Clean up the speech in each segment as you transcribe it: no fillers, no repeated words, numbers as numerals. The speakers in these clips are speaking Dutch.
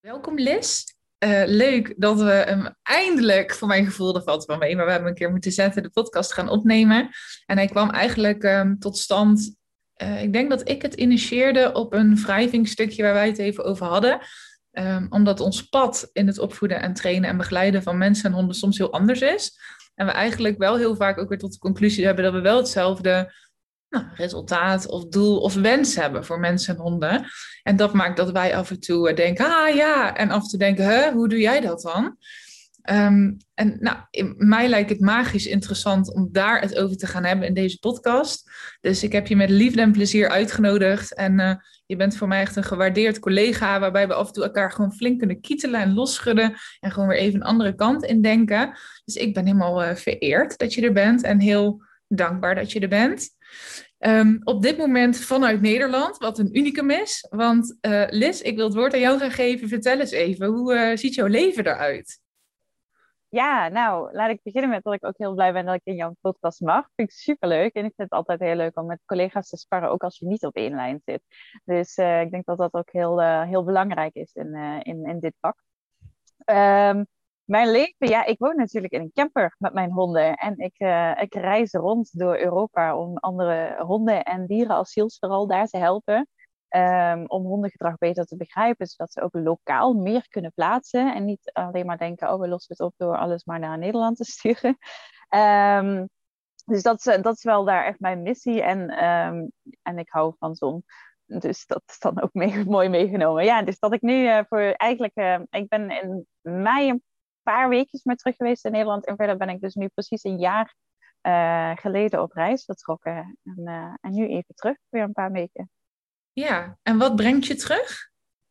Welkom Liz. Leuk dat we hem eindelijk, voor mijn gevoel, dat valt wel mee, maar we hebben een keer moeten zetten, de podcast gaan opnemen. En hij kwam eigenlijk tot stand. Ik denk dat ik het initieerde op een wrijvingsstukje waar wij het even over hadden. Omdat ons pad in het opvoeden en trainen en begeleiden van mensen en honden soms heel anders is. En we eigenlijk wel heel vaak ook weer tot de conclusie hebben dat we wel hetzelfde resultaat of doel of wens hebben voor mensen en honden. En dat maakt dat wij af en toe denken, ah ja, en af en toe denken, hè, hoe doe jij dat dan? En nou, in mij lijkt het magisch interessant om daar het over te gaan hebben in deze podcast. Dus ik heb je met liefde en plezier uitgenodigd. En je bent voor mij echt een gewaardeerd collega, waarbij we af en toe elkaar gewoon flink kunnen kietelen en losschudden. En gewoon weer even een andere kant in denken. Dus ik ben helemaal vereerd dat je er bent en heel dankbaar dat je er bent. Op dit moment vanuit Nederland, wat een unicum is. Want Liz, ik wil het woord aan jou gaan geven. Vertel eens even, hoe ziet jouw leven eruit? Ja, nou, laat ik beginnen met dat ik ook heel blij ben dat ik in jouw podcast mag. Vind ik superleuk. En ik vind het altijd heel leuk om met collega's te sparren, ook als je niet op één lijn zit. Dus ik denk dat dat ook heel belangrijk is in dit vak. Ehm, Mijn leven, ja, ik woon natuurlijk in een camper met mijn honden. En ik reis rond door Europa om andere honden en dierenasiels vooral daar te helpen. Om hondengedrag beter te begrijpen, zodat ze ook lokaal meer kunnen plaatsen. En niet alleen maar denken, oh, we lossen het op door alles maar naar Nederland te sturen. Ehm, dus dat is wel daar echt mijn missie. En ik hou van zon. Dus dat is dan ook mooi meegenomen. Ja, dus dat ik nu voor eigenlijk... ik ben in mei een paar weekjes meer terug geweest in Nederland. En verder ben ik dus nu precies een jaar geleden op reis vertrokken. En nu even terug, weer een paar weken. Ja, en wat brengt je terug?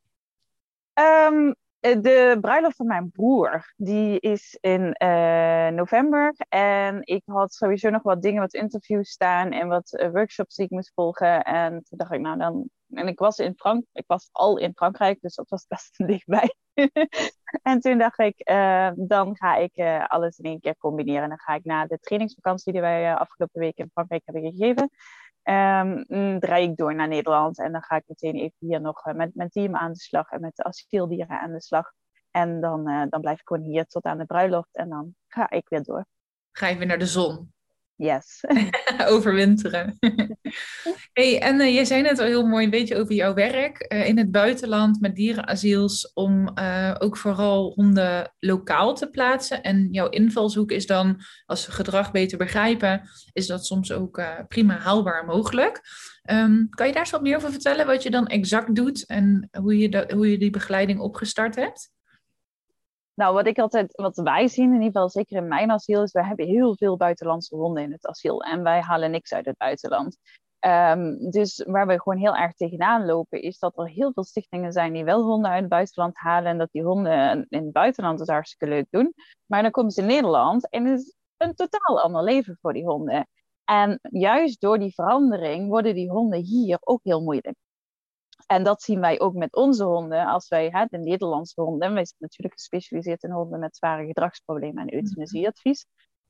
Ehm, de bruiloft van mijn broer, die is in november. En ik had sowieso nog wat dingen, wat interviews staan en wat workshops die ik moest volgen. En toen dacht ik, nou dan... En ik was al in Frankrijk, dus dat was best dichtbij. En toen dacht ik, dan ga ik alles in één keer combineren. Dan ga ik na de trainingsvakantie die wij afgelopen week in Frankrijk hebben gegeven, draai ik door naar Nederland. En dan ga ik meteen even hier nog met mijn team aan de slag en met de asieldieren aan de slag. En dan blijf ik gewoon hier tot aan de bruiloft en dan ga ik weer door. Ga je weer naar de zon? Yes. Overwinteren. Hey, en jij zei net al heel mooi een beetje over jouw werk in het buitenland met dierenasiels om ook vooral honden lokaal te plaatsen. En jouw invalshoek is dan, als ze gedrag beter begrijpen, is dat soms ook prima haalbaar mogelijk. Kan je daar eens wat meer over vertellen, wat je dan exact doet en hoe je die begeleiding opgestart hebt? Nou, wat wij zien, in ieder geval zeker in mijn asiel, is we hebben heel veel buitenlandse honden in het asiel. En wij halen niks uit het buitenland. Dus waar we gewoon heel erg tegenaan lopen, is dat er heel veel stichtingen zijn die wel honden uit het buitenland halen. En dat die honden in het buitenland het hartstikke leuk doen. Maar dan komen ze in Nederland en het is een totaal ander leven voor die honden. En juist door die verandering worden die honden hier ook heel moeilijk. En dat zien wij ook met onze honden. Als wij de Nederlandse honden, wij zijn natuurlijk gespecialiseerd in honden met zware gedragsproblemen en euthanasieadvies.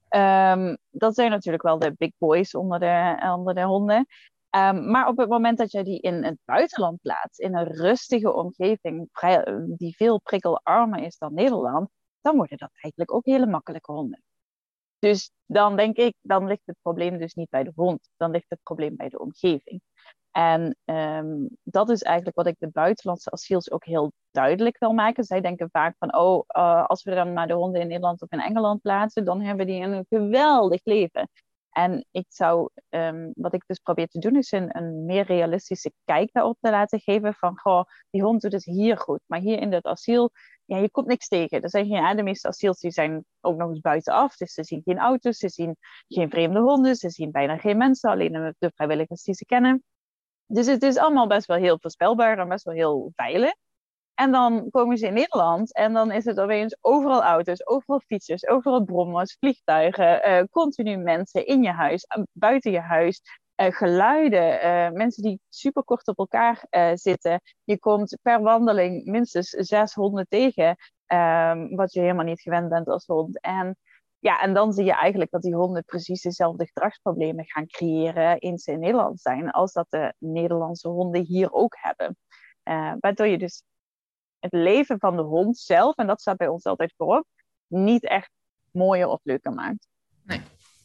Dat zijn natuurlijk wel de big boys onder de honden. Maar op het moment dat je die in het buitenland plaatst, in een rustige omgeving, die veel prikkelarmer is dan Nederland, dan worden dat eigenlijk ook hele makkelijke honden. Dus dan denk ik, dan ligt het probleem dus niet bij de hond, dan ligt het probleem bij de omgeving. En dat is eigenlijk wat ik de buitenlandse asiels ook heel duidelijk wil maken. Zij denken vaak van, als we dan maar de honden in Nederland of in Engeland plaatsen, dan hebben die een geweldig leven. En wat ik dus probeer te doen, is een meer realistische kijk daarop te laten geven van, goh, die hond doet het hier goed, maar hier in het asiel, ja, je komt niks tegen. Er zijn de meeste asiels die zijn ook nog eens buitenaf, dus ze zien geen auto's, ze zien geen vreemde honden, ze zien bijna geen mensen, alleen de vrijwilligers die ze kennen. Dus het is allemaal best wel heel voorspelbaar en best wel heel veilig. En dan komen ze in Nederland en dan is het opeens overal auto's, overal fietsers, overal brommers, vliegtuigen, continu mensen in je huis, buiten je huis, geluiden, mensen die super kort op elkaar zitten. Je komt per wandeling minstens 6 honden tegen, wat je helemaal niet gewend bent als hond. En dan zie je eigenlijk dat die honden precies dezelfde gedragsproblemen gaan creëren eens ze in Nederland zijn, als dat de Nederlandse honden hier ook hebben. Waardoor je dus het leven van de hond zelf, en dat staat bij ons altijd voorop, niet echt mooier of leuker maakt. Nee.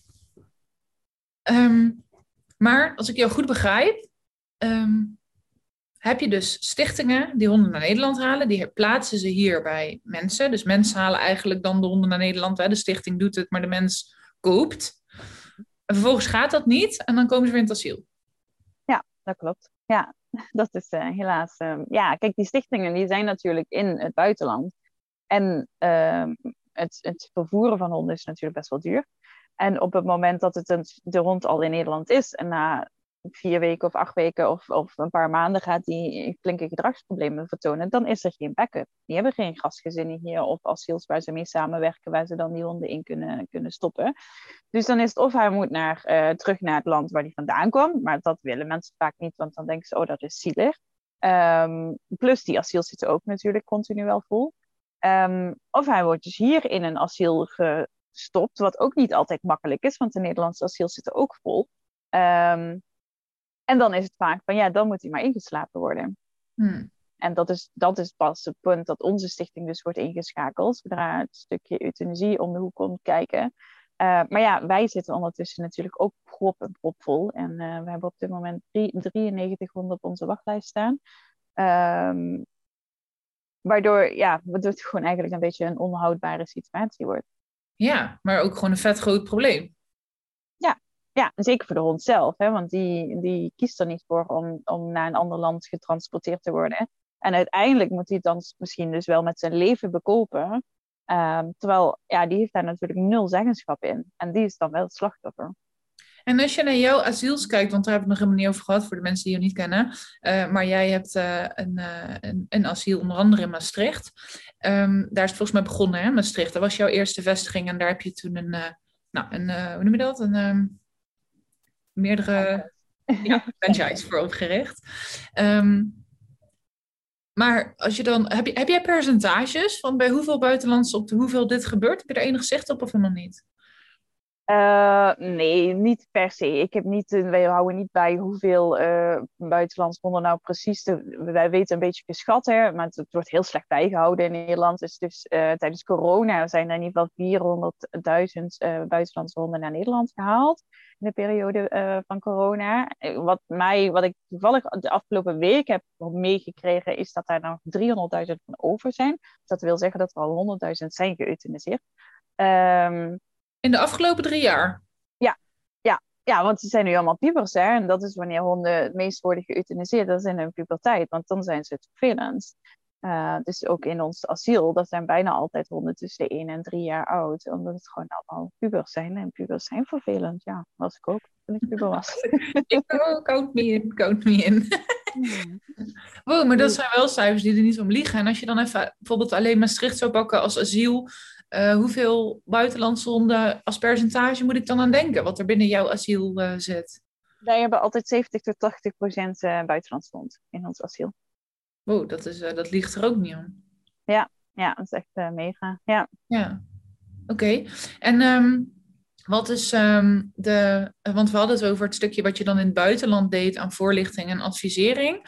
Maar als ik jou goed begrijp, heb je dus stichtingen die honden naar Nederland halen. Die plaatsen ze hier bij mensen. Dus mensen halen eigenlijk dan de honden naar Nederland. Hè? De stichting doet het, maar de mens koopt. En vervolgens gaat dat niet en dan komen ze weer in het asiel. Ja, dat klopt. Ja, dat is helaas... ja, kijk, die stichtingen die zijn natuurlijk in het buitenland. En het vervoeren van honden is natuurlijk best wel duur. En op het moment dat de hond al in Nederland is en na 4 weken of 8 weken of een paar maanden gaat die flinke gedragsproblemen vertonen, dan is er geen backup. Die hebben geen gastgezinnen hier of asiels waar ze mee samenwerken, waar ze dan die honden in kunnen stoppen. Dus dan is het of hij moet terug naar het land waar hij vandaan kwam, maar dat willen mensen vaak niet, want dan denken ze, oh, dat is zielig. Plus die asiels zitten ook natuurlijk continu wel vol. Of hij wordt dus hier in een asiel gestopt, wat ook niet altijd makkelijk is, want de Nederlandse asiels zitten ook vol. En dan is het vaak van, ja, dan moet hij maar ingeslapen worden. En dat is pas het punt dat onze stichting dus wordt ingeschakeld, zodra het stukje euthanasie om de hoek komt kijken. Maar ja, wij zitten ondertussen natuurlijk ook prop en propvol. En we hebben op dit moment 93 honden op onze wachtlijst staan. Waardoor het gewoon eigenlijk een beetje een onhoudbare situatie wordt. Ja, maar ook gewoon een vet groot probleem. Ja, zeker voor de hond zelf. Hè, want die kiest er niet voor om naar een ander land getransporteerd te worden. En uiteindelijk moet hij dan misschien dus wel met zijn leven bekopen. Terwijl, ja, die heeft daar natuurlijk 0 zeggenschap in. En die is dan wel het slachtoffer. En als je naar jouw asiels kijkt, want daar hebben we het nog helemaal niet over gehad voor de mensen die je niet kennen. Maar jij hebt een asiel, onder andere in Maastricht. Daar is het volgens mij begonnen, hè, Maastricht. Dat was jouw eerste vestiging en daar heb je toen hoe noem je dat? Meerdere franchise voor opgericht. Maar als je dan, heb jij percentages van bij hoeveel buitenlands op de hoeveel dit gebeurt? Heb je er enig zicht op of helemaal niet? Nee, niet per se. Wij houden niet bij hoeveel buitenlandse honden nou precies. Wij weten een beetje geschat, hè, maar het wordt heel slecht bijgehouden in Nederland. Dus tijdens corona zijn er in ieder geval 400.000 buitenlandse honden naar Nederland gehaald. In de periode van corona. Wat ik toevallig de afgelopen week heb meegekregen, is dat daar nog 300.000 van over zijn. Dat wil zeggen dat er al 100.000 zijn geëuthaniseerd. In de afgelopen 3 jaar? Ja, want ze zijn nu allemaal pubers, hè. En dat is wanneer honden het meest worden geëuthaniseerd. Dat is in hun puberteit, want dan zijn ze het vervelendst. Dus ook in ons asiel, dat zijn bijna altijd honden tussen de 1 en 3 jaar oud. Omdat het gewoon allemaal pubers zijn. En pubers zijn vervelend, ja. Was ik ook, toen ik puber was. Count me in. Wow, maar dat zijn wel cijfers die er niet om liegen. En als je dan even bijvoorbeeld alleen Maastricht zou pakken als asiel, hoeveel buitenlandse honden als percentage moet ik dan aan denken? Wat er binnen jouw asiel zit? Wij hebben altijd 70-80% buitenlandse hond in ons asiel. Wow, dat liegt er ook niet om. Ja, dat is echt mega. Ja. Oké. En wat is want we hadden het over het stukje wat je dan in het buitenland deed aan voorlichting en advisering.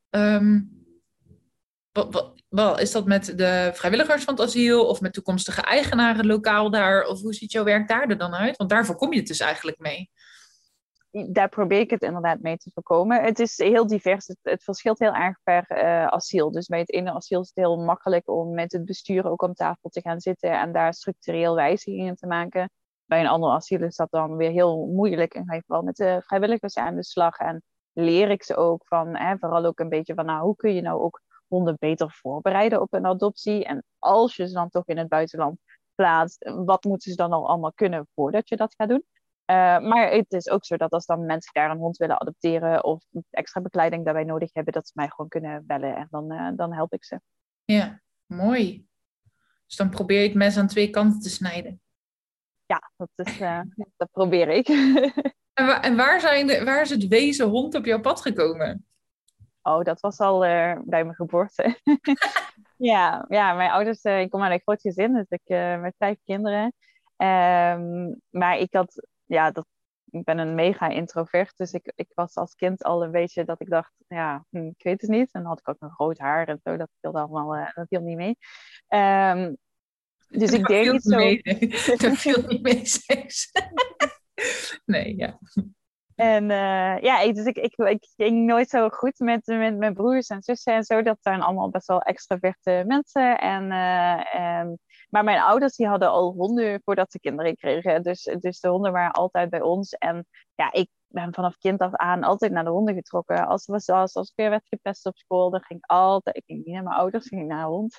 Wat is dat met de vrijwilligers van het asiel of met toekomstige eigenaren lokaal daar? Of hoe ziet jouw werk daar er dan uit? Want daarvoor kom je het dus eigenlijk mee. Daar probeer ik het inderdaad mee te voorkomen. Het is heel divers. Het verschilt heel erg per asiel. Dus bij het ene asiel is het heel makkelijk om met het bestuur ook om tafel te gaan zitten en daar structureel wijzigingen te maken. Bij een ander asiel is dat dan weer heel moeilijk en ga je vooral met de vrijwilligers aan de slag. En leer ik ze ook vooral ook een beetje van, hoe kun je nou ook honden beter voorbereiden op een adoptie? En als je ze dan toch in het buitenland plaatst, wat moeten ze dan al allemaal kunnen voordat je dat gaat doen? Maar het is ook zo dat als dan mensen daar een hond willen adopteren of extra bekleding daarbij nodig hebben, dat ze mij gewoon kunnen bellen en dan help ik ze. Ja, mooi. Dus dan probeer je het mes aan 2 kanten te snijden. Ja, dat probeer ik. En waar is het wezen hond op jouw pad gekomen? Oh, dat was al bij mijn geboorte. Ja, mijn ouders, ik kom uit een groot gezin, dus ik met 5 kinderen. Maar ik had, ik ben een mega introvert. Dus ik was als kind al een beetje dat ik dacht, ja, ik weet het niet. En dan had ik ook nog rood haar en zo. Dat viel allemaal, dat viel niet mee. Dus ik Dat deed viel niet niet zo. mee. Nee. Dat viel niet mee, steeds. Nee, ja. En dus ik ging nooit zo goed met mijn broers en zussen en zo. Dat zijn allemaal best wel extraverte mensen. Maar mijn ouders die hadden al honden voordat ze kinderen kregen. Dus de honden waren altijd bij ons. En ja, ik ben vanaf kind af aan altijd naar de honden getrokken. Als ik weer werd gepest op school, dan ging ik altijd... Ik ging niet naar mijn ouders, ik ging naar een hond.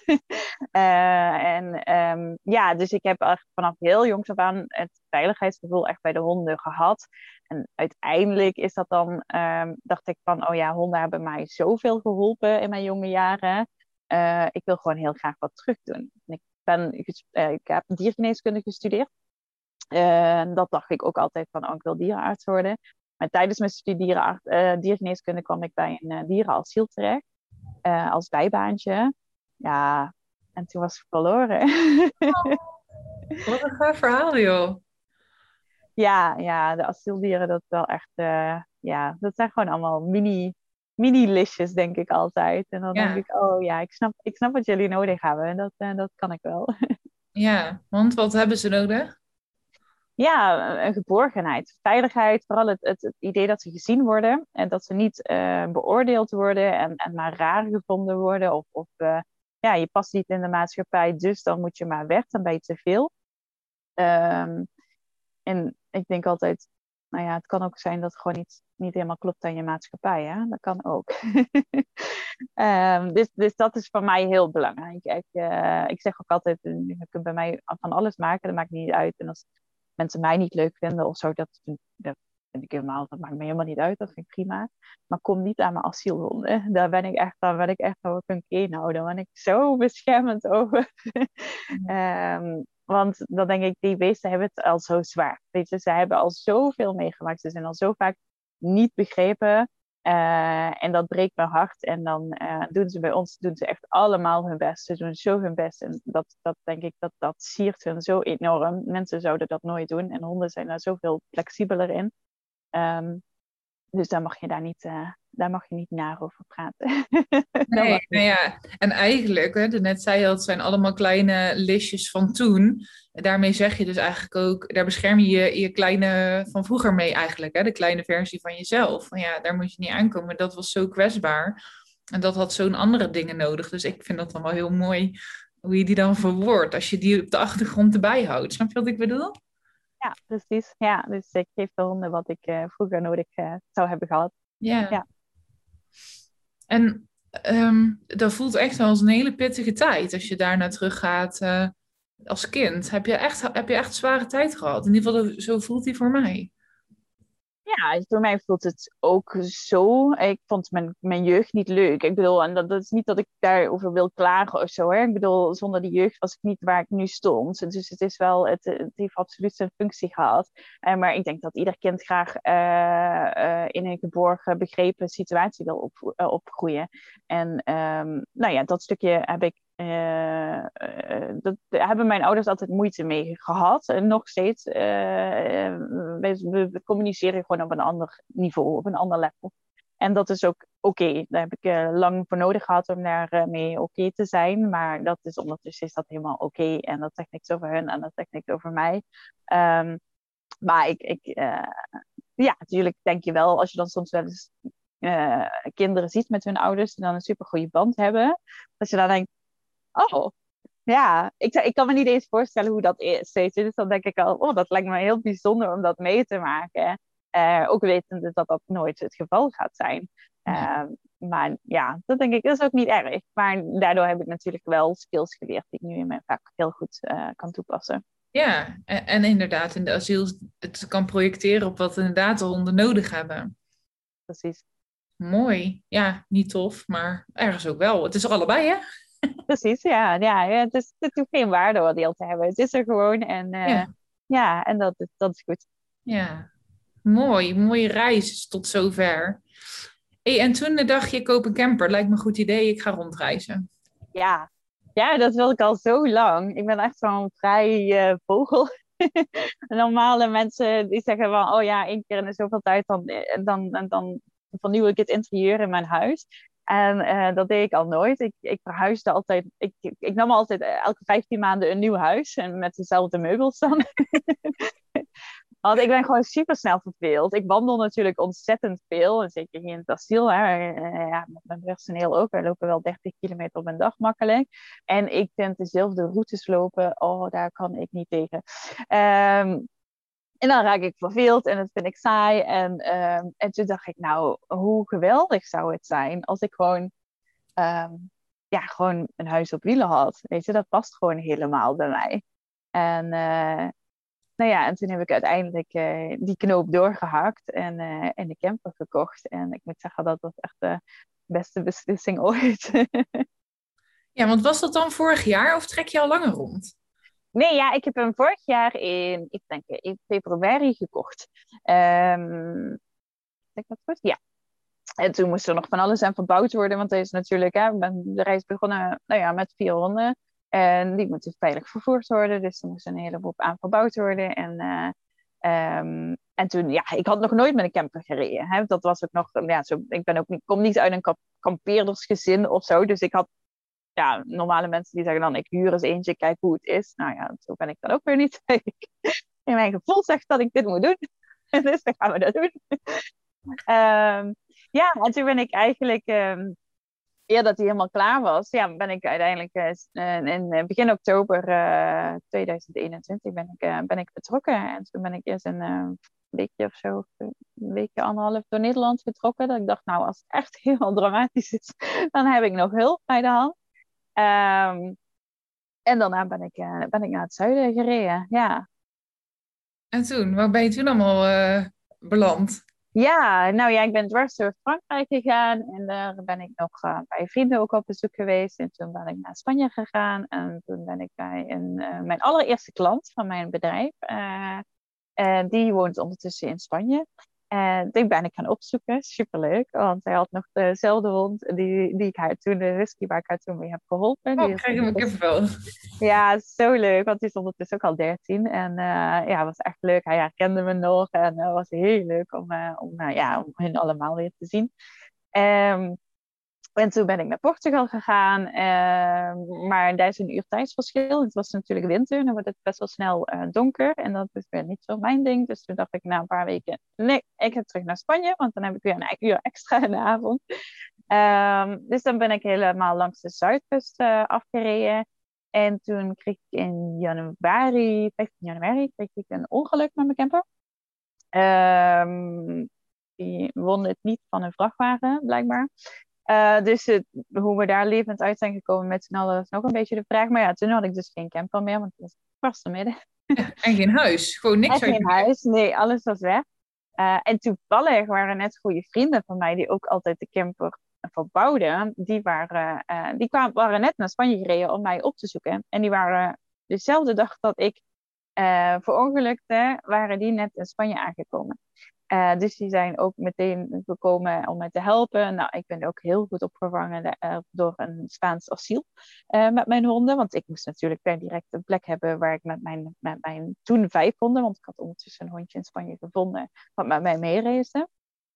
Dus ik heb echt vanaf heel jongs af aan het veiligheidsgevoel echt bij de honden gehad. En uiteindelijk is dat dan, dacht ik van, oh ja, honden hebben mij zoveel geholpen in mijn jonge jaren. Ik wil gewoon heel graag wat terug doen. Ik heb diergeneeskunde gestudeerd. Dat dacht ik ook altijd van, oh, ik wil dierenarts worden. Maar tijdens mijn studie diergeneeskunde kwam ik bij een dierenasiel terecht. Als bijbaantje. Ja, en toen was ik verloren. Wat een gaaf verhaal, joh. Ja, de asieldieren, dat is wel echt... dat zijn gewoon allemaal mini-listjes, denk ik altijd. En dan denk Ja, ik, oh ja, ik snap wat jullie nodig hebben. Dat kan ik wel. ja. Want wat hebben ze nodig? Ja, een geborgenheid, veiligheid, vooral het idee dat ze gezien worden en dat ze niet beoordeeld worden en maar raar gevonden worden. Je past niet in de maatschappij, dus dan moet je maar weg, dan ben je te veel. Ehm, En ik denk altijd, nou ja, het kan ook zijn dat het gewoon niet helemaal klopt aan je maatschappij. Hè? Dat kan ook. Dus dat is voor mij heel belangrijk. Ik zeg ook altijd, je kunt bij mij van alles maken, dat maakt niet uit. En als mensen mij niet leuk vinden of zo, dat vind ik helemaal, dat maakt me helemaal niet uit. Dat vind ik prima. Maar kom niet aan mijn asielhonden. Daar ben ik echt over een keenhouder. Daar ben ik zo beschermend over. Want dan denk ik, die beesten hebben het al zo zwaar. Weet je, ze hebben al zoveel meegemaakt. Ze zijn al zo vaak niet begrepen. En dat breekt mijn hart. En dan doen ze bij ons echt allemaal hun best. Ze doen zo hun best. En dat denk ik, dat siert hun zo enorm. Mensen zouden dat nooit doen. En honden zijn daar zoveel flexibeler in. Dus daar mag je niet naar over praten. Nee, nou ja. En eigenlijk, hè, net zei je al, het zijn allemaal kleine listjes van toen. Daarmee zeg je dus eigenlijk ook, daar bescherm je je kleine van vroeger mee eigenlijk. Hè, de kleine versie van jezelf. Van ja, daar moet je niet aankomen. Dat was zo kwetsbaar. En dat had zo'n andere dingen nodig. Dus ik vind dat dan wel heel mooi hoe je die dan verwoordt. Als je die op de achtergrond erbij houdt. Snap je wat ik bedoel? Ja, precies. Ja, dus ik geef de honden wat ik vroeger nodig zou hebben gehad. Ja. Ja. En dat voelt echt wel als een hele pittige tijd als je daarna teruggaat als kind. Heb je echt zware tijd gehad? In ieder geval, zo voelt die voor mij. Ja, voor mij voelt het ook zo. Ik vond mijn jeugd niet leuk. Ik bedoel, en dat is niet dat ik daarover wil klagen of zo. Hè. Ik bedoel, zonder die jeugd was ik niet waar ik nu stond. Dus het is wel, het heeft absoluut zijn functie gehad. Maar ik denk dat ieder kind graag in een geborgen, begrepen situatie wil opgroeien. En dat stukje heb ik daar hebben mijn ouders altijd moeite mee gehad. En nog steeds. We communiceren gewoon op een ander niveau, op een ander level. En dat is ook oké. Daar heb ik lang voor nodig gehad om daar mee oké te zijn. Maar ondertussen is dat helemaal oké. En dat zegt niks over hun en dat zegt niks over mij. Maar natuurlijk denk je wel, als je dan soms wel eens kinderen ziet met hun ouders die dan een super goede band hebben. Dat je dan denkt, oh, ja, ik kan me niet eens voorstellen hoe dat is. Weet je? Dus dan denk ik al, oh, dat lijkt me heel bijzonder om dat mee te maken. Ook wetende dat dat nooit het geval gaat zijn. Maar ja, dat denk ik, dat is ook niet erg. Maar daardoor heb ik natuurlijk wel skills geleerd die ik nu in mijn vak heel goed kan toepassen. Ja, en inderdaad, in de asiel het kan projecteren op wat inderdaad de honden nodig hebben. Precies. Mooi. Ja, niet tof, maar ergens ook wel. Het is er allebei, hè? Precies, ja. Het hoeft geen waardeoordeel te hebben. Het is er gewoon en en dat is goed. Ja, mooi. Mooie reis tot zover. Hey, en toen dacht je, ik koop een camper. Lijkt me een goed idee, ik ga rondreizen. Ja, dat wil ik al zo lang. Ik ben echt zo'n vrij vogel. Normale mensen die zeggen van, oh ja, 1 keer in de zoveel tijd dan vernieuw ik het interieur in mijn huis. En dat deed ik al nooit. Ik verhuisde altijd. Ik nam altijd elke 15 maanden een nieuw huis. En met dezelfde meubels dan. Want ik ben gewoon super snel verveeld. Ik wandel natuurlijk ontzettend veel. En zeker hier in het asiel. Hè. Ja, met mijn personeel ook. We lopen wel 30 kilometer op een dag makkelijk. En ik vind dezelfde routes lopen. Oh, daar kan ik niet tegen. En dan raak ik verveeld en dat vind ik saai. En toen dacht ik, nou, hoe geweldig zou het zijn als ik ehm, gewoon een huis op wielen had. Weet je, dat past gewoon helemaal bij mij. En nou ja, en toen heb ik uiteindelijk die knoop doorgehakt en de camper gekocht. En ik moet zeggen, dat was echt de beste beslissing ooit. Ja, want was dat dan vorig jaar of trek je al langer rond? Nee, ja, ik heb hem vorig jaar in februari gekocht. Zeg ik dat goed? Ja. En toen moest er nog van alles aan verbouwd worden, want er is natuurlijk, hè, ik ben de reis begonnen, nou ja, met 4 honden. En die moeten veilig vervoerd worden, dus er moest een heleboel aan verbouwd worden. En toen, ja, ik had nog nooit met een camper gereden. Hè. Dat was ook nog, ja, ik kom niet uit een kampeerdersgezin of zo, dus ik had, ja, normale mensen die zeggen dan, ik huur eens eentje, kijk hoe het is. Nou ja, zo ben ik dan ook weer niet. In mijn gevoel zegt dat ik dit moet doen. Dus dan gaan we dat doen. Ja, en toen ben ik eigenlijk, eer dat hij helemaal klaar was, ja, ben ik uiteindelijk in begin oktober 2021 ben ik vertrokken. En toen ben ik eerst een weekje of zo, een weekje, anderhalf door Nederland vertrokken. Dat ik dacht, nou, als het echt helemaal dramatisch is, dan heb ik nog hulp bij de hand. En daarna ben ik naar het zuiden gereden, ja. En toen, waar ben je toen allemaal beland? Ja, nou ja, ik ben dwars door Frankrijk gegaan en daar ben ik nog bij vrienden ook op bezoek geweest. En toen ben ik naar Spanje gegaan en toen ben ik bij mijn allereerste klant van mijn bedrijf. Die woont ondertussen in Spanje. En die ben ik gaan opzoeken, superleuk, want hij had nog dezelfde hond die ik haar toen, de husky waar ik haar toen mee heb geholpen. Oh, ik krijg hem ook even wel. Ja, zo leuk, want die is ondertussen ook al 13. En ja, het was echt leuk. Hij herkende me nog en het was heel leuk om hen allemaal weer te zien. En toen ben ik naar Portugal gegaan, maar daar is een uur tijdsverschil. Het was natuurlijk winter, dan wordt het best wel snel donker. En dat is weer niet zo mijn ding. Dus toen dacht ik na een paar weken, nee, ik ga terug naar Spanje, want dan heb ik weer een uur extra in de avond. Dus dan ben ik helemaal langs de zuidkust afgereden. En toen kreeg ik in 15 januari, kreeg ik een ongeluk met mijn camper. Die won het niet van een vrachtwagen, blijkbaar. Dus hoe we daar levend uit zijn gekomen met z'n allen, is nog een beetje de vraag. Maar ja, toen had ik dus geen camper meer, want het was vast te midden. En geen huis, gewoon niks. En geen huis, nee, alles was weg. En toevallig waren net goede vrienden van mij die ook altijd de camper verbouwden. Waren net naar Spanje gereden om mij op te zoeken. En die waren dezelfde dag dat ik verongelukte, waren die net in Spanje aangekomen. Dus die zijn ook meteen gekomen om mij te helpen. Nou, ik ben ook heel goed opgevangen door een Spaans asiel met mijn honden. Want ik moest natuurlijk per direct een plek hebben waar ik met mijn toen 5 honden, want ik had ondertussen een hondje in Spanje gevonden, wat met mij meereisde.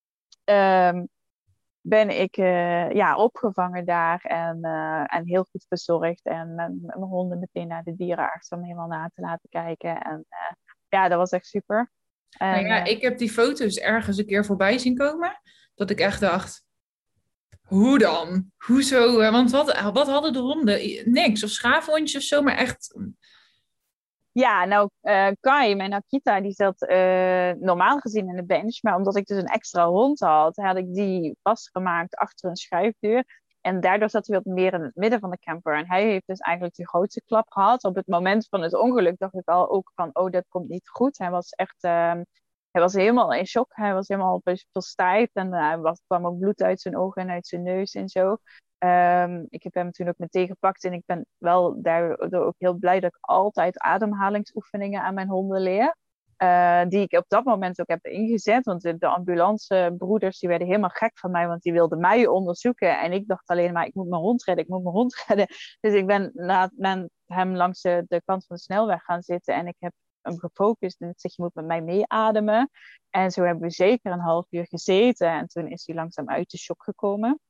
Ben ik opgevangen daar en heel goed verzorgd. En met mijn honden meteen naar de dierenarts om helemaal na te laten kijken. En ja, dat was echt super. Nou ja, ik heb die foto's ergens een keer voorbij zien komen. Dat ik echt dacht, hoe dan? Hoezo? Want wat hadden de honden? Niks. Of schaafhondjes of zo, maar echt... Ja, nou, Kai, mijn Akita, die zat normaal gezien in de bench. Maar omdat ik dus een extra hond had ik die vastgemaakt achter een schuifdeur. En daardoor zat hij wat meer in het midden van de camper. En hij heeft dus eigenlijk de grootste klap gehad. Op het moment van het ongeluk dacht ik al ook van, oh, dat komt niet goed. Hij was echt, hij was helemaal in shock. Hij was helemaal verstijfd. En kwam ook bloed uit zijn ogen en uit zijn neus en zo. Ik heb hem toen ook meteen gepakt. En ik ben wel daardoor ook heel blij dat ik altijd ademhalingsoefeningen aan mijn honden leer. Die ik op dat moment ook heb ingezet. Want de ambulancebroeders die werden helemaal gek van mij. Want die wilden mij onderzoeken. En ik dacht alleen maar, ik moet mijn hond redden. Ik moet mijn hond redden. Dus ik ben met hem langs de kant van de snelweg gaan zitten. En ik heb hem gefocust en zegt, je moet met mij meeademen. En zo hebben we zeker een half uur gezeten. En toen is hij langzaam uit de shock gekomen.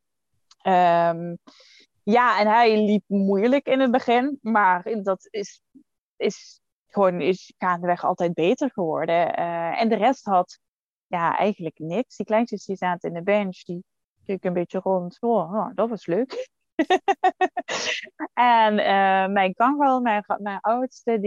Ja, en hij liep moeilijk in het begin. Maar dat is gaandeweg altijd beter geworden. En de rest had eigenlijk niks. Die kleintjes die zaten in de bench, die keken een beetje rond. Oh, dat was leuk. En mijn kangal, mijn oudste,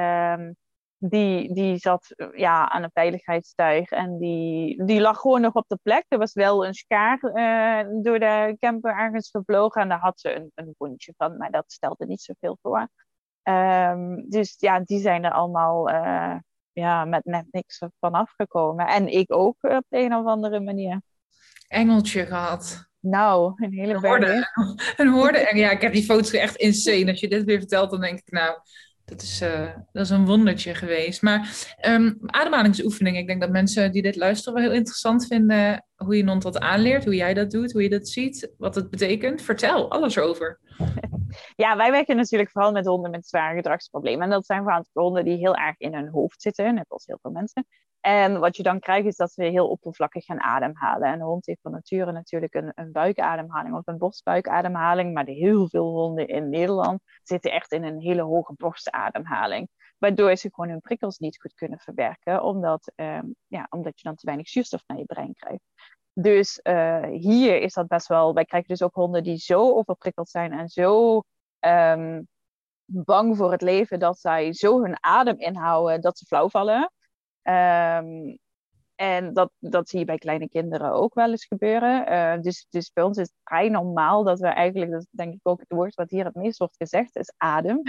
die zat aan een veiligheidstuig. En die lag gewoon nog op de plek. Er was wel een schaar door de camper ergens gevlogen. En daar had ze een wondje van. Maar dat stelde niet zoveel voor. Dus ja, die zijn er allemaal met net niks van afgekomen. En ik ook op de een of andere manier. Engeltje gehad. Nou, een hele berg. Een hoorde. En ja, ik heb die foto's echt insane. Als je dit weer vertelt, dan denk ik, nou, dat is een wondertje geweest. Maar ademhalingsoefening. Ik denk dat mensen die dit luisteren wel heel interessant vinden hoe je hond dat aanleert, hoe jij dat doet, hoe je dat ziet, wat het betekent. Vertel alles over. Ja, wij werken natuurlijk vooral met honden met zware gedragsproblemen. En dat zijn vooral honden die heel erg in hun hoofd zitten, net als heel veel mensen. En wat je dan krijgt is dat ze heel oppervlakkig gaan ademhalen. En een hond heeft van nature natuurlijk een buikademhaling of een borstbuikademhaling. Maar heel veel honden in Nederland zitten echt in een hele hoge borstademhaling. Waardoor ze gewoon hun prikkels niet goed kunnen verwerken. Omdat je dan te weinig zuurstof naar je brein krijgt. Dus hier is dat best wel... Wij krijgen dus ook honden die zo overprikkeld zijn en zo bang voor het leven dat zij zo hun adem inhouden dat ze flauw vallen. En dat zie je bij kleine kinderen ook wel eens gebeuren. Dus bij ons is het vrij normaal dat we eigenlijk, dat is denk ik ook het woord wat hier het meest wordt gezegd, is adem.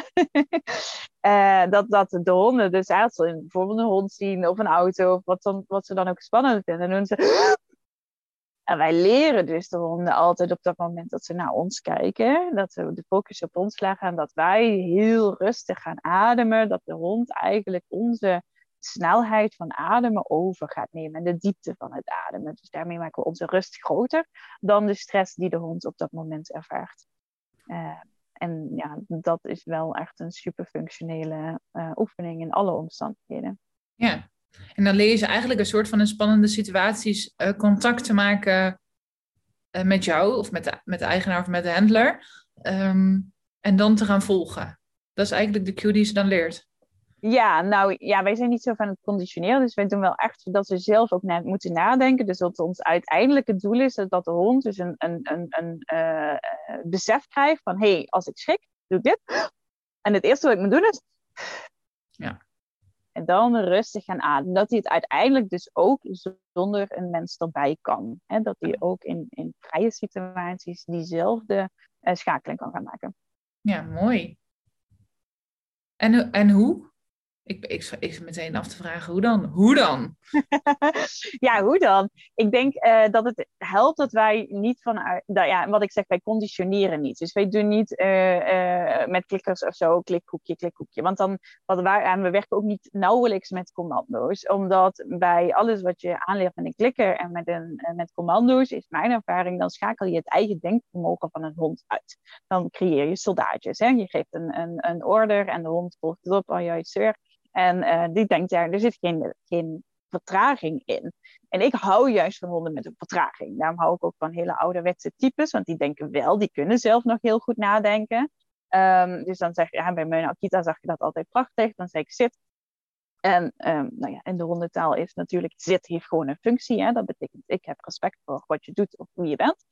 Dat de honden, dus als ze bijvoorbeeld een hond zien of een auto, of wat ze dan ook spannend vinden, dan doen ze... En wij leren dus de honden altijd op dat moment dat ze naar ons kijken, dat we de focus op ons leggen en dat wij heel rustig gaan ademen, dat de hond eigenlijk onze snelheid van ademen over gaat nemen en de diepte van het ademen. Dus daarmee maken we onze rust groter dan de stress die de hond op dat moment ervaart. En ja, dat is wel echt een super functionele oefening in alle omstandigheden. Ja. En dan leer je ze eigenlijk een soort van in spannende situaties contact te maken met jou of met de eigenaar of met de handler. En dan te gaan volgen. Dat is eigenlijk de cue die ze dan leert. Ja, nou ja, wij zijn niet zo van het conditioneren. Dus wij doen wel echt dat ze zelf ook moeten nadenken. Dus dat ons uiteindelijke doel is dat de hond dus een besef krijgt van... Hé, als ik schrik, doe ik dit. En het eerste wat ik moet doen is... Ja. En dan rustig gaan ademen. Dat hij het uiteindelijk dus ook zonder een mens erbij kan. Hè? Dat hij ook in vrije situaties diezelfde schakeling kan gaan maken. Ja, mooi. En hoe? Ik zit meteen af te vragen, hoe dan? Hoe dan? Ja, hoe dan? Ik denk dat het helpt dat wij niet vanuit... wat ik zeg, wij conditioneren niet. Dus wij doen niet met klikkers of zo, klikhoekje, klikhoekje. Want dan, en we werken ook niet nauwelijks met commando's. Omdat bij alles wat je aanleert met een klikker en met commando's, is mijn ervaring, dan schakel je het eigen denkvermogen van een hond uit. Dan creëer je soldaatjes. Hè? Je geeft een order en de hond volgt het op, oh juist, sir. En die denkt, er zit geen vertraging in. En ik hou juist van honden met een vertraging. Daarom hou ik ook van hele ouderwetse types, want die denken wel, die kunnen zelf nog heel goed nadenken. Dus dan zeg je, bij mijn Akita zag je dat altijd prachtig. Dan zeg ik zit. En in de hondentaal is natuurlijk, zit heeft gewoon een functie. Hè? Dat betekent, ik heb respect voor wat je doet of hoe je bent.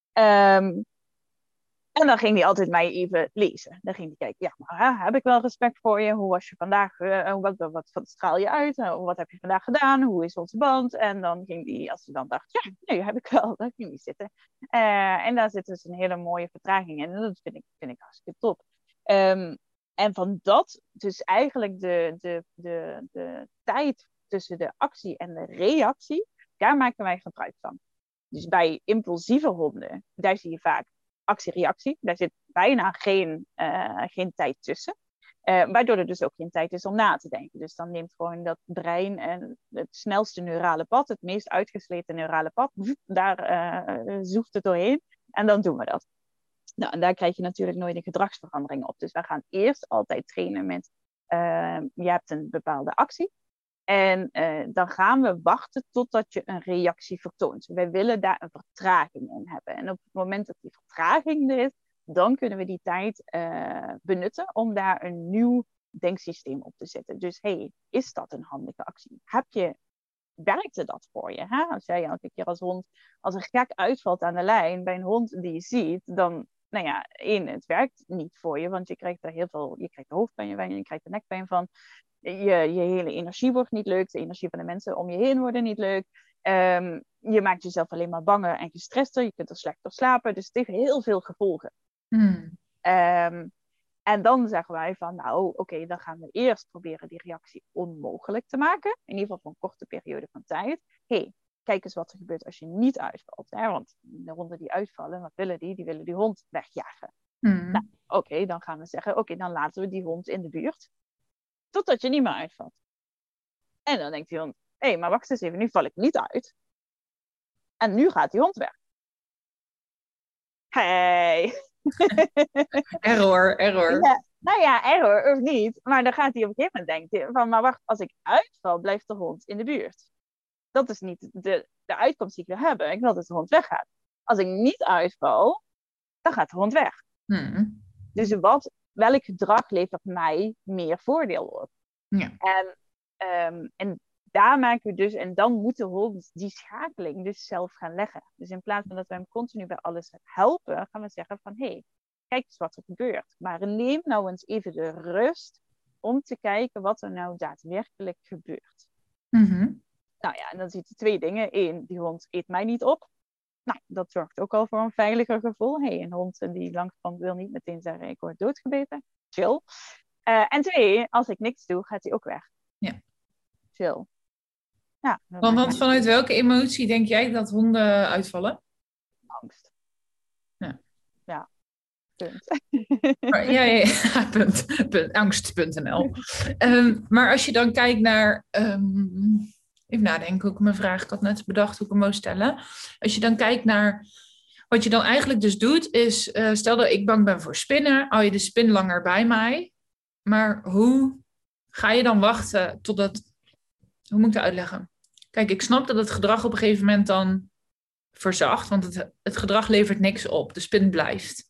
En dan ging hij altijd mij even lezen. Dan ging hij kijken, ja, maar heb ik wel respect voor je? Hoe was je vandaag? Wat straal je uit? Wat heb je vandaag gedaan? Hoe is onze band? En dan ging hij, als hij dan dacht, ja, nee, heb ik wel. Dan ging hij zitten. En daar zit dus een hele mooie vertraging in. En dat vind ik hartstikke top. En van dat, dus eigenlijk de tijd tussen de actie en de reactie, daar maken wij gebruik van. Dus bij impulsieve honden, daar zie je vaak actie-reactie. Daar zit bijna geen tijd tussen. Waardoor er dus ook geen tijd is om na te denken. Dus dan neemt gewoon dat brein het snelste neurale pad, het meest uitgesleten neurale pad, daar zoeft het doorheen. En dan doen we dat. Nou, en daar krijg je natuurlijk nooit een gedragsverandering op. Dus wij gaan eerst altijd trainen met Je hebt een bepaalde actie. En dan gaan we wachten totdat je een reactie vertoont. Wij willen daar een vertraging in hebben. En op het moment dat die vertraging er is, dan kunnen we die tijd benutten om daar een nieuw denksysteem op te zetten. Dus is dat een handige actie? Werkte dat voor je? Hè? Als jij elke keer als hond als een gek uitvalt aan de lijn bij een hond die je ziet, dan, het werkt niet voor je, want je krijgt er je krijgt er hoofdpijn van, je krijgt er nekpijn van. Je hele energie wordt niet leuk. De energie van de mensen om je heen wordt niet leuk. Je maakt jezelf alleen maar banger en gestrester. Je kunt er slechter slapen. Dus het heeft heel veel gevolgen. En dan zeggen wij van, oké, dan gaan we eerst proberen die reactie onmogelijk te maken. In ieder geval voor een korte periode van tijd. Kijk eens wat er gebeurt als je niet uitvalt. Hè? Want de honden die uitvallen, wat willen die? Die willen die hond wegjagen. Oké, dan gaan we zeggen, dan laten we die hond in de buurt. Totdat je niet meer uitvalt. En dan denkt die hond, maar wacht eens even, nu val ik niet uit. En nu gaat die hond weg. Error. Ja, error of niet. Maar dan gaat hij op een gegeven moment denken van, maar wacht, als ik uitval, blijft de hond in de buurt. Dat is niet de uitkomst die ik wil hebben. Ik wil dat de hond weggaat. Als ik niet uitval, dan gaat de hond weg. Dus welk gedrag levert mij meer voordeel op? Ja. En daar maken we dus, en dan moet de hond die schakeling dus zelf gaan leggen. Dus in plaats van dat we hem continu bij alles helpen, gaan we zeggen van, kijk eens wat er gebeurt. Maar neem nou eens even de rust om te kijken wat er nou daadwerkelijk gebeurt. En dan ziet je 2 dingen. 1, die hond eet mij niet op. Dat zorgt ook al voor een veiliger gevoel. Een hond die langskomt wil niet meteen zeggen, ik word doodgebeten. Chill. En 2, als ik niks doe, gaat hij ook weg. Ja. Chill. Want vanuit welke emotie denk jij dat honden uitvallen? Angst. Ja. Punt. Punt. Angst.nl. Maar als je dan kijkt naar... even nadenken hoe ik mijn vraag... Ik had net bedacht hoe ik hem moest stellen. Als je dan kijkt naar... Wat je dan eigenlijk dus doet is... stel dat ik bang ben voor spinnen. Hou je de spin langer bij mij. Maar hoe ga je dan wachten totdat... Hoe moet ik dat uitleggen? Kijk, ik snap dat het gedrag op een gegeven moment dan verzacht. Want het gedrag levert niks op. De spin blijft.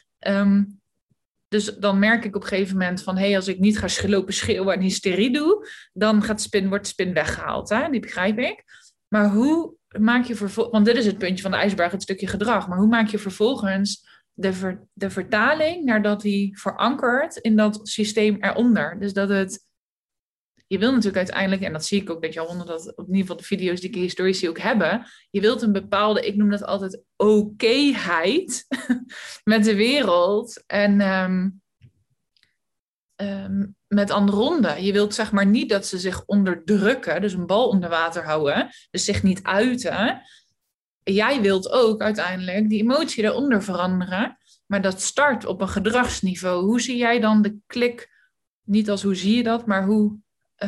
Dus dan merk ik op een gegeven moment van... als ik niet ga lopen schreeuwen en hysterie doe... dan wordt de spin weggehaald. Hè? Die begrijp ik. Maar hoe maak je vervolgens... Want dit is het puntje van de ijsberg, het stukje gedrag. Maar hoe maak je vervolgens de vertaling... nadat die verankert in dat systeem eronder? Dus dat het... Je wil natuurlijk uiteindelijk, en dat zie ik ook, dat jouw honden dat, op in ieder geval de video's die ik historisch zie ook hebben. Je wilt een bepaalde, ik noem dat altijd okéheid met de wereld en met andere honden. Je wilt zeg maar niet dat ze zich onderdrukken, dus een bal onder water houden, dus zich niet uiten. Jij wilt ook uiteindelijk die emotie daaronder veranderen, maar dat start op een gedragsniveau. Hoe zie jij dan de klik, niet als hoe zie je dat, maar hoe...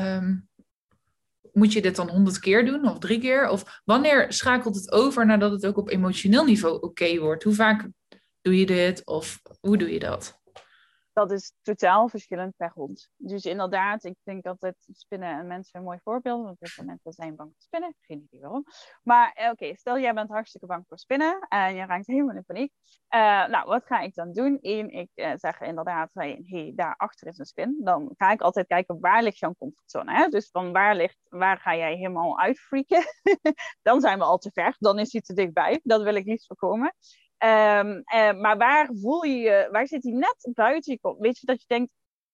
moet je dit dan 100 keer doen of 3 keer? Of wanneer schakelt het over nadat het ook op emotioneel niveau oké wordt? Hoe vaak doe je dit of hoe doe je dat? Dat is totaal verschillend per hond. Dus inderdaad, ik denk altijd spinnen en mensen een mooi voorbeeld. Want heel veel mensen zijn bang voor spinnen. Geen idee waarom. Maar stel jij bent hartstikke bang voor spinnen. En je raakt helemaal in paniek. Wat ga ik dan doen? Ik zeg inderdaad, daarachter is een spin. Dan ga ik altijd kijken, waar ligt jouw comfortzone? Hè? Dus van waar ga jij helemaal uitfreaken? Dan zijn we al te ver. Dan is hij te dichtbij. Dat wil ik liefst voorkomen. Maar waar zit hij net buiten je kop? Weet je dat je denkt,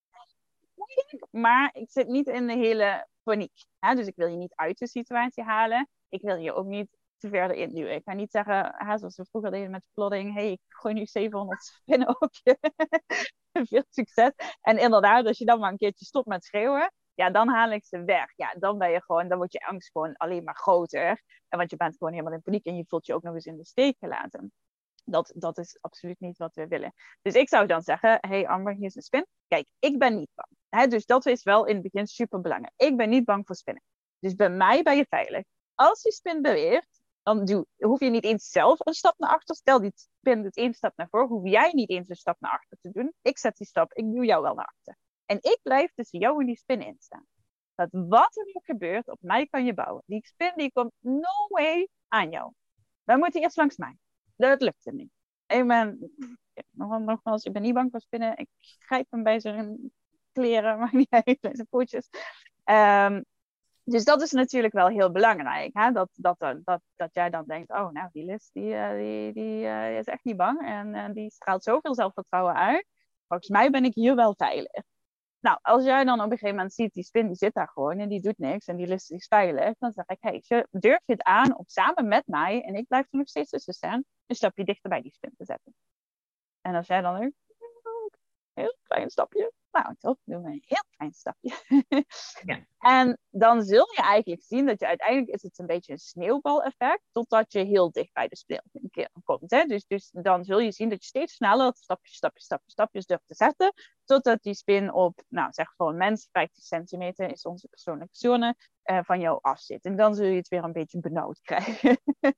maar ik zit niet in de hele paniek. Hè? Dus ik wil je niet uit de situatie halen. Ik wil je ook niet te verder induwen. Ik ga niet zeggen, zoals we vroeger deden met plodding, ik gooi nu 700 spinnen op je. Veel succes. En inderdaad, als je dan maar een keertje stopt met schreeuwen, dan haal ik ze weg. Dan ben je gewoon, dan wordt je angst gewoon alleen maar groter. En want je bent gewoon helemaal in paniek en je voelt je ook nog eens in de steek gelaten. Dat is absoluut niet wat we willen. Dus ik zou dan zeggen, Amber, hier is een spin. Kijk, ik ben niet bang. Dus dat is wel in het begin super belangrijk. Ik ben niet bang voor spinnen. Dus bij mij ben je veilig. Als die spin beweert, dan hoef je niet eens zelf een stap naar achter. Stel die spin doet 1 stap naar voren, hoef jij niet eens een stap naar achter te doen. Ik zet die stap, ik duw jou wel naar achter. En ik blijf tussen jou en die spin in staan. Dat wat er ook gebeurt, op mij kan je bouwen. Die spin die komt no way aan jou. Dan moet hij eerst langs mij. Dat lukt hem niet. Nogmaals, ik ben niet bang voor spinnen. Ik grijp hem bij zijn kleren, maar niet bij zijn pootjes. Dus dat is natuurlijk wel heel belangrijk. Hè? Dat jij dan denkt, oh nou, die Liz, die is echt niet bang. En die straalt zoveel zelfvertrouwen uit. Volgens mij ben ik hier wel veilig. Nou, als jij dan op een gegeven moment ziet, die spin die zit daar gewoon en die doet niks en die Liz is veilig. Dan zeg ik, hey, durf je het aan om samen met mij, en ik blijf er nog steeds tussen staan, een stapje dichter bij die spin te zetten. En als jij dan ook, heel klein stapje. Nou, toch, doen we een heel klein stapje. Ja. En dan zul je eigenlijk zien dat je uiteindelijk is het een beetje een sneeuwbaleffect, totdat je heel dicht bij de spin komt. Hè? Dus dan zul je zien dat je steeds sneller stapjes durft te zetten, totdat die spin op, nou zeg voor een mens, 50 centimeter is onze persoonlijke zone, van jou af zit. En dan zul je het weer een beetje benauwd krijgen.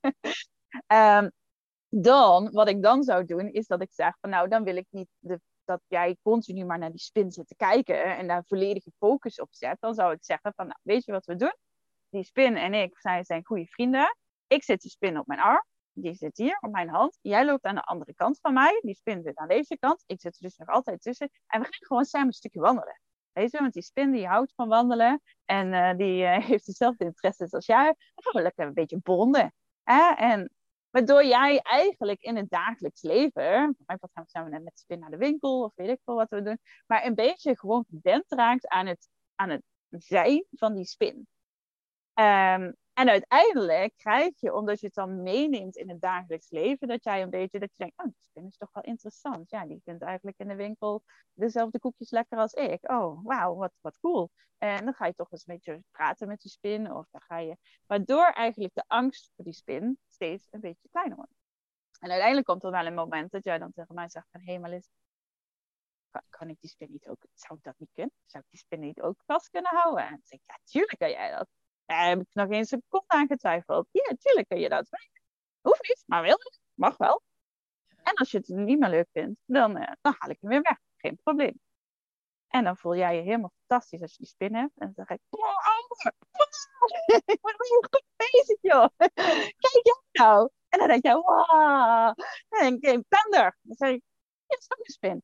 Dan, wat ik dan zou doen, is dat ik zeg van nou, dan wil ik niet dat jij continu maar naar die spin zit te kijken en daar volledige focus op zet. Dan zou ik zeggen van nou, weet je wat we doen? Die spin en ik zijn goede vrienden. Ik zet die spin op mijn arm. Die zit hier op mijn hand. Jij loopt aan de andere kant van mij. Die spin zit aan deze kant. Ik zit er dus nog altijd tussen. En we gaan gewoon samen een stukje wandelen. Weet je, want die spin die houdt van wandelen. En die heeft dezelfde interesses als jij. Dan gaan we lekker een beetje bonden. En waardoor jij eigenlijk in het dagelijks leven, wat gaan we samen met de spin naar de winkel, of weet ik veel wat we doen, maar een beetje gewoon gewend raakt aan het zijn van die spin. En uiteindelijk krijg je, omdat je het dan meeneemt in het dagelijks leven, dat jij een beetje, dat je denkt, oh, die spin is toch wel interessant. Ja, die vindt eigenlijk in de winkel dezelfde koekjes lekker als ik. Oh, wauw, wat cool. En dan ga je toch eens een beetje praten met die spin, of dan ga je, waardoor eigenlijk de angst voor die spin steeds een beetje kleiner wordt. En uiteindelijk komt er wel een moment dat jij dan tegen mij zegt van, hé, maar Liz, kan ik die spin niet ook, zou ik dat niet kunnen? Zou ik die spin niet ook vast kunnen houden? En dan zeg ik, ja, tuurlijk kan jij dat. Daar heb ik nog eens een seconde aan getwijfeld. Ja, tuurlijk kun je dat. Hoeft niet, maar wil niet. Mag wel. En als je het niet meer leuk vindt, dan haal ik hem weer weg. Geen probleem. En dan voel jij je helemaal fantastisch als je die spin hebt. En dan zeg ik, ik ben heel goed bezig, joh. Kijk jij nou. En dan denk jij, wow. En dan denk ik, Pender. Dan zeg ik, je is ook een spin.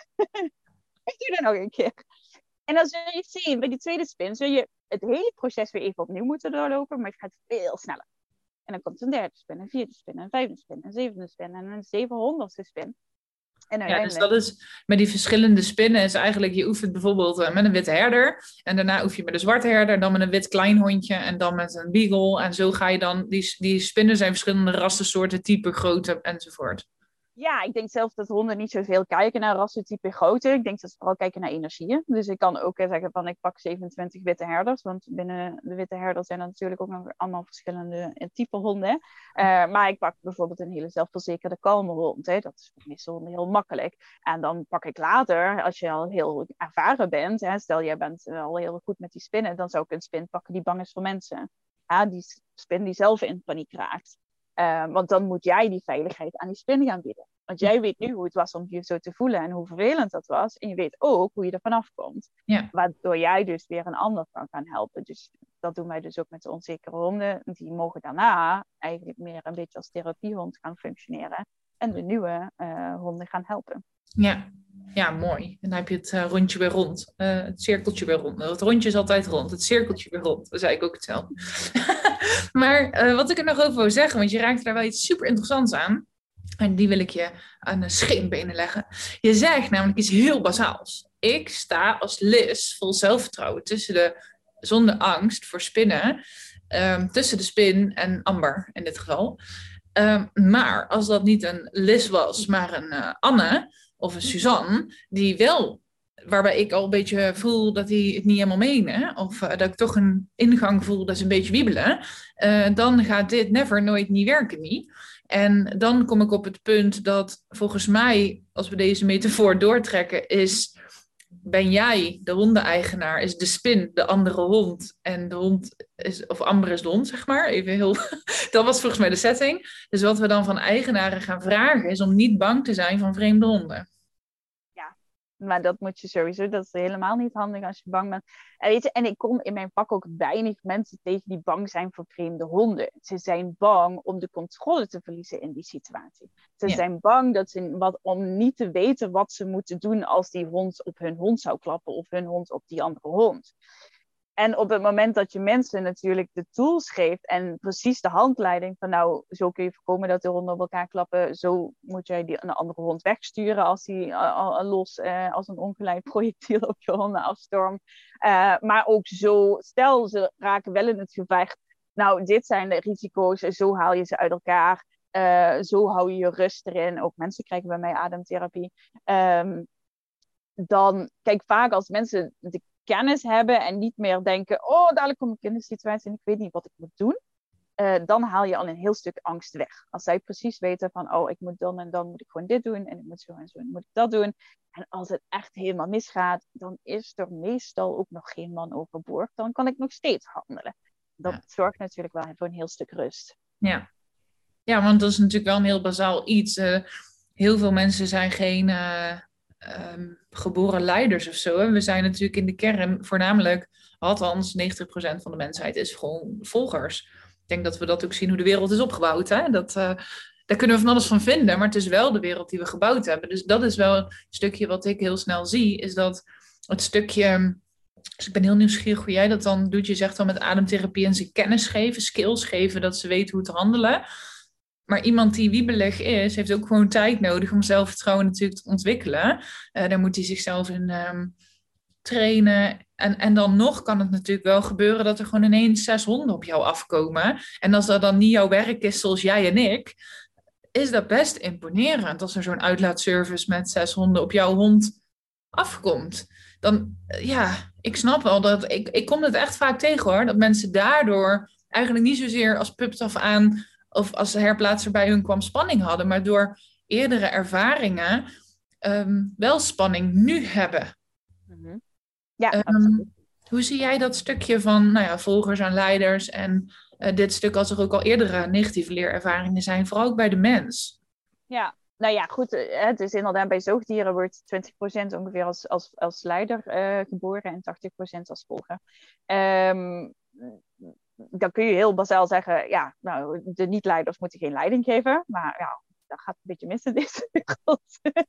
Ik doe dat nog een keer. En dan zul je zien, bij die tweede spin, zul je het hele proces weer even opnieuw moeten doorlopen, maar het gaat veel sneller. En dan komt een derde spin, een vierde spin, een vijfde spin, een zevende spin en een 700ste spin. En ja, dus dat is met die verschillende spinnen is eigenlijk, je oefent bijvoorbeeld met een witte herder en daarna oefen je met een zwarte herder, dan met een wit kleinhondje en dan met een beagle. En zo ga je dan, die spinnen zijn verschillende rassensoorten, type, grootte enzovoort. Ja, ik denk zelf dat honden niet zoveel kijken naar rassentype grootte. Ik denk dat ze vooral kijken naar energieën. Dus ik kan ook zeggen van ik pak 27 witte herders. Want binnen de witte herders zijn er natuurlijk ook nog allemaal verschillende type honden. Maar ik pak bijvoorbeeld een hele zelfverzekerde kalme hond. Hè. Dat is voor de meeste honden heel makkelijk. En dan pak ik later, als je al heel ervaren bent. Hè, stel jij bent al heel goed met die spinnen. Dan zou ik een spin pakken die bang is voor mensen. Ja, die spin die zelf in paniek raakt. Want dan moet jij die veiligheid aan die spin gaan bieden. Want jij weet nu hoe het was om je zo te voelen en hoe vervelend dat was. En je weet ook hoe je er vanaf komt. Ja. Waardoor jij dus weer een ander kan gaan helpen. Dus dat doen wij dus ook met de onzekere honden. Die mogen daarna eigenlijk meer een beetje als therapiehond gaan functioneren. En de nieuwe honden gaan helpen. Ja, mooi. En dan heb je het rondje weer rond. Het cirkeltje weer rond. Het rondje is altijd rond. Het cirkeltje weer rond. Dat is eigenlijk ook hetzelfde. Maar wat ik er nog over wil zeggen, want je raakt daar wel iets super interessants aan. En die wil ik je aan de scheenbenen leggen. Je zegt namelijk iets heel basaals. Ik sta als Liz vol zelfvertrouwen zonder angst voor spinnen. Tussen de spin en Amber in dit geval. Maar als dat niet een Liz was, maar een Anne of een Suzanne, die wel, waarbij ik al een beetje voel dat die het niet helemaal menen, of dat ik toch een ingang voel dat ze een beetje wiebelen, dan gaat dit nooit niet werken niet. En dan kom ik op het punt dat volgens mij, als we deze metafoor doortrekken, ben jij de hondeneigenaar, is de spin de andere hond en de hond is, of Amber is de hond, zeg maar. Even heel, dat was volgens mij de setting. Dus wat we dan van eigenaren gaan vragen is om niet bang te zijn van vreemde honden. Maar dat moet je sowieso, dat is helemaal niet handig als je bang bent. En weet je, en ik kom in mijn vak ook weinig mensen tegen die bang zijn voor vreemde honden. Ze zijn bang om de controle te verliezen in die situatie. Ze zijn bang om niet te weten wat ze moeten doen als die hond op hun hond zou klappen of hun hond op die andere hond. En op het moment dat je mensen natuurlijk de tools geeft en precies de handleiding van nou, zo kun je voorkomen dat de honden op elkaar klappen. Zo moet jij een andere hond wegsturen als die als een ongeleid projectiel op je honden afstormt. Maar ook zo, stel ze raken wel in het gevecht. Nou, dit zijn de risico's, zo haal je ze uit elkaar. Zo hou je je rust erin. Ook mensen krijgen bij mij ademtherapie. Dan, kijk, vaak als mensen de kennis hebben en niet meer denken, oh, dadelijk kom ik in een situatie en ik weet niet wat ik moet doen, dan haal je al een heel stuk angst weg. Als zij precies weten van, oh, ik moet dan en dan moet ik gewoon dit doen en ik moet zo en zo en moet ik dat doen. En als het echt helemaal misgaat, dan is er meestal ook nog geen man overboord. Dan kan ik nog steeds handelen. Dat zorgt natuurlijk wel voor een heel stuk rust. Ja. Ja, want dat is natuurlijk wel een heel bazaal iets. Heel veel mensen zijn geen geboren leiders of zo. Hè. We zijn natuurlijk in de kern voornamelijk, althans 90% van de mensheid is gewoon volgers. Ik denk dat we dat ook zien hoe de wereld is opgebouwd. Hè. Daar kunnen we van alles van vinden, maar het is wel de wereld die we gebouwd hebben. Dus dat is wel een stukje wat ik heel snel zie, is dat het stukje... Dus ik ben heel nieuwsgierig hoe jij dat dan doet. Je zegt dan met ademtherapie en ze kennis geven, skills geven, dat ze weten hoe te handelen. Maar iemand die wiebelig is, heeft ook gewoon tijd nodig om zelfvertrouwen natuurlijk te ontwikkelen. Daar moet hij zichzelf in trainen. En dan nog kan het natuurlijk wel gebeuren dat er gewoon ineens 6 honden op jou afkomen. En als dat dan niet jouw werk is zoals jij en ik, is dat best imponerend als er zo'n uitlaatservice met 6 honden op jouw hond afkomt. Dan, ik snap wel dat... Ik kom het echt vaak tegen hoor, dat mensen daardoor eigenlijk niet zozeer als pups af aan of als de herplaatser bij hun kwam spanning hadden, maar door eerdere ervaringen wel spanning nu hebben. Mm-hmm. Ja, hoe zie jij dat stukje van volgers en leiders en dit stuk als er ook al eerdere negatieve leerervaringen zijn, vooral ook bij de mens? Ja, nou ja, goed. Het is inderdaad bij zoogdieren wordt 20% ongeveer als leider geboren en 80% als volger. Dan kun je heel bazaal zeggen, ja, nou, de niet-leiders moeten geen leiding geven. Maar ja, dat gaat een beetje mis in deze wereld.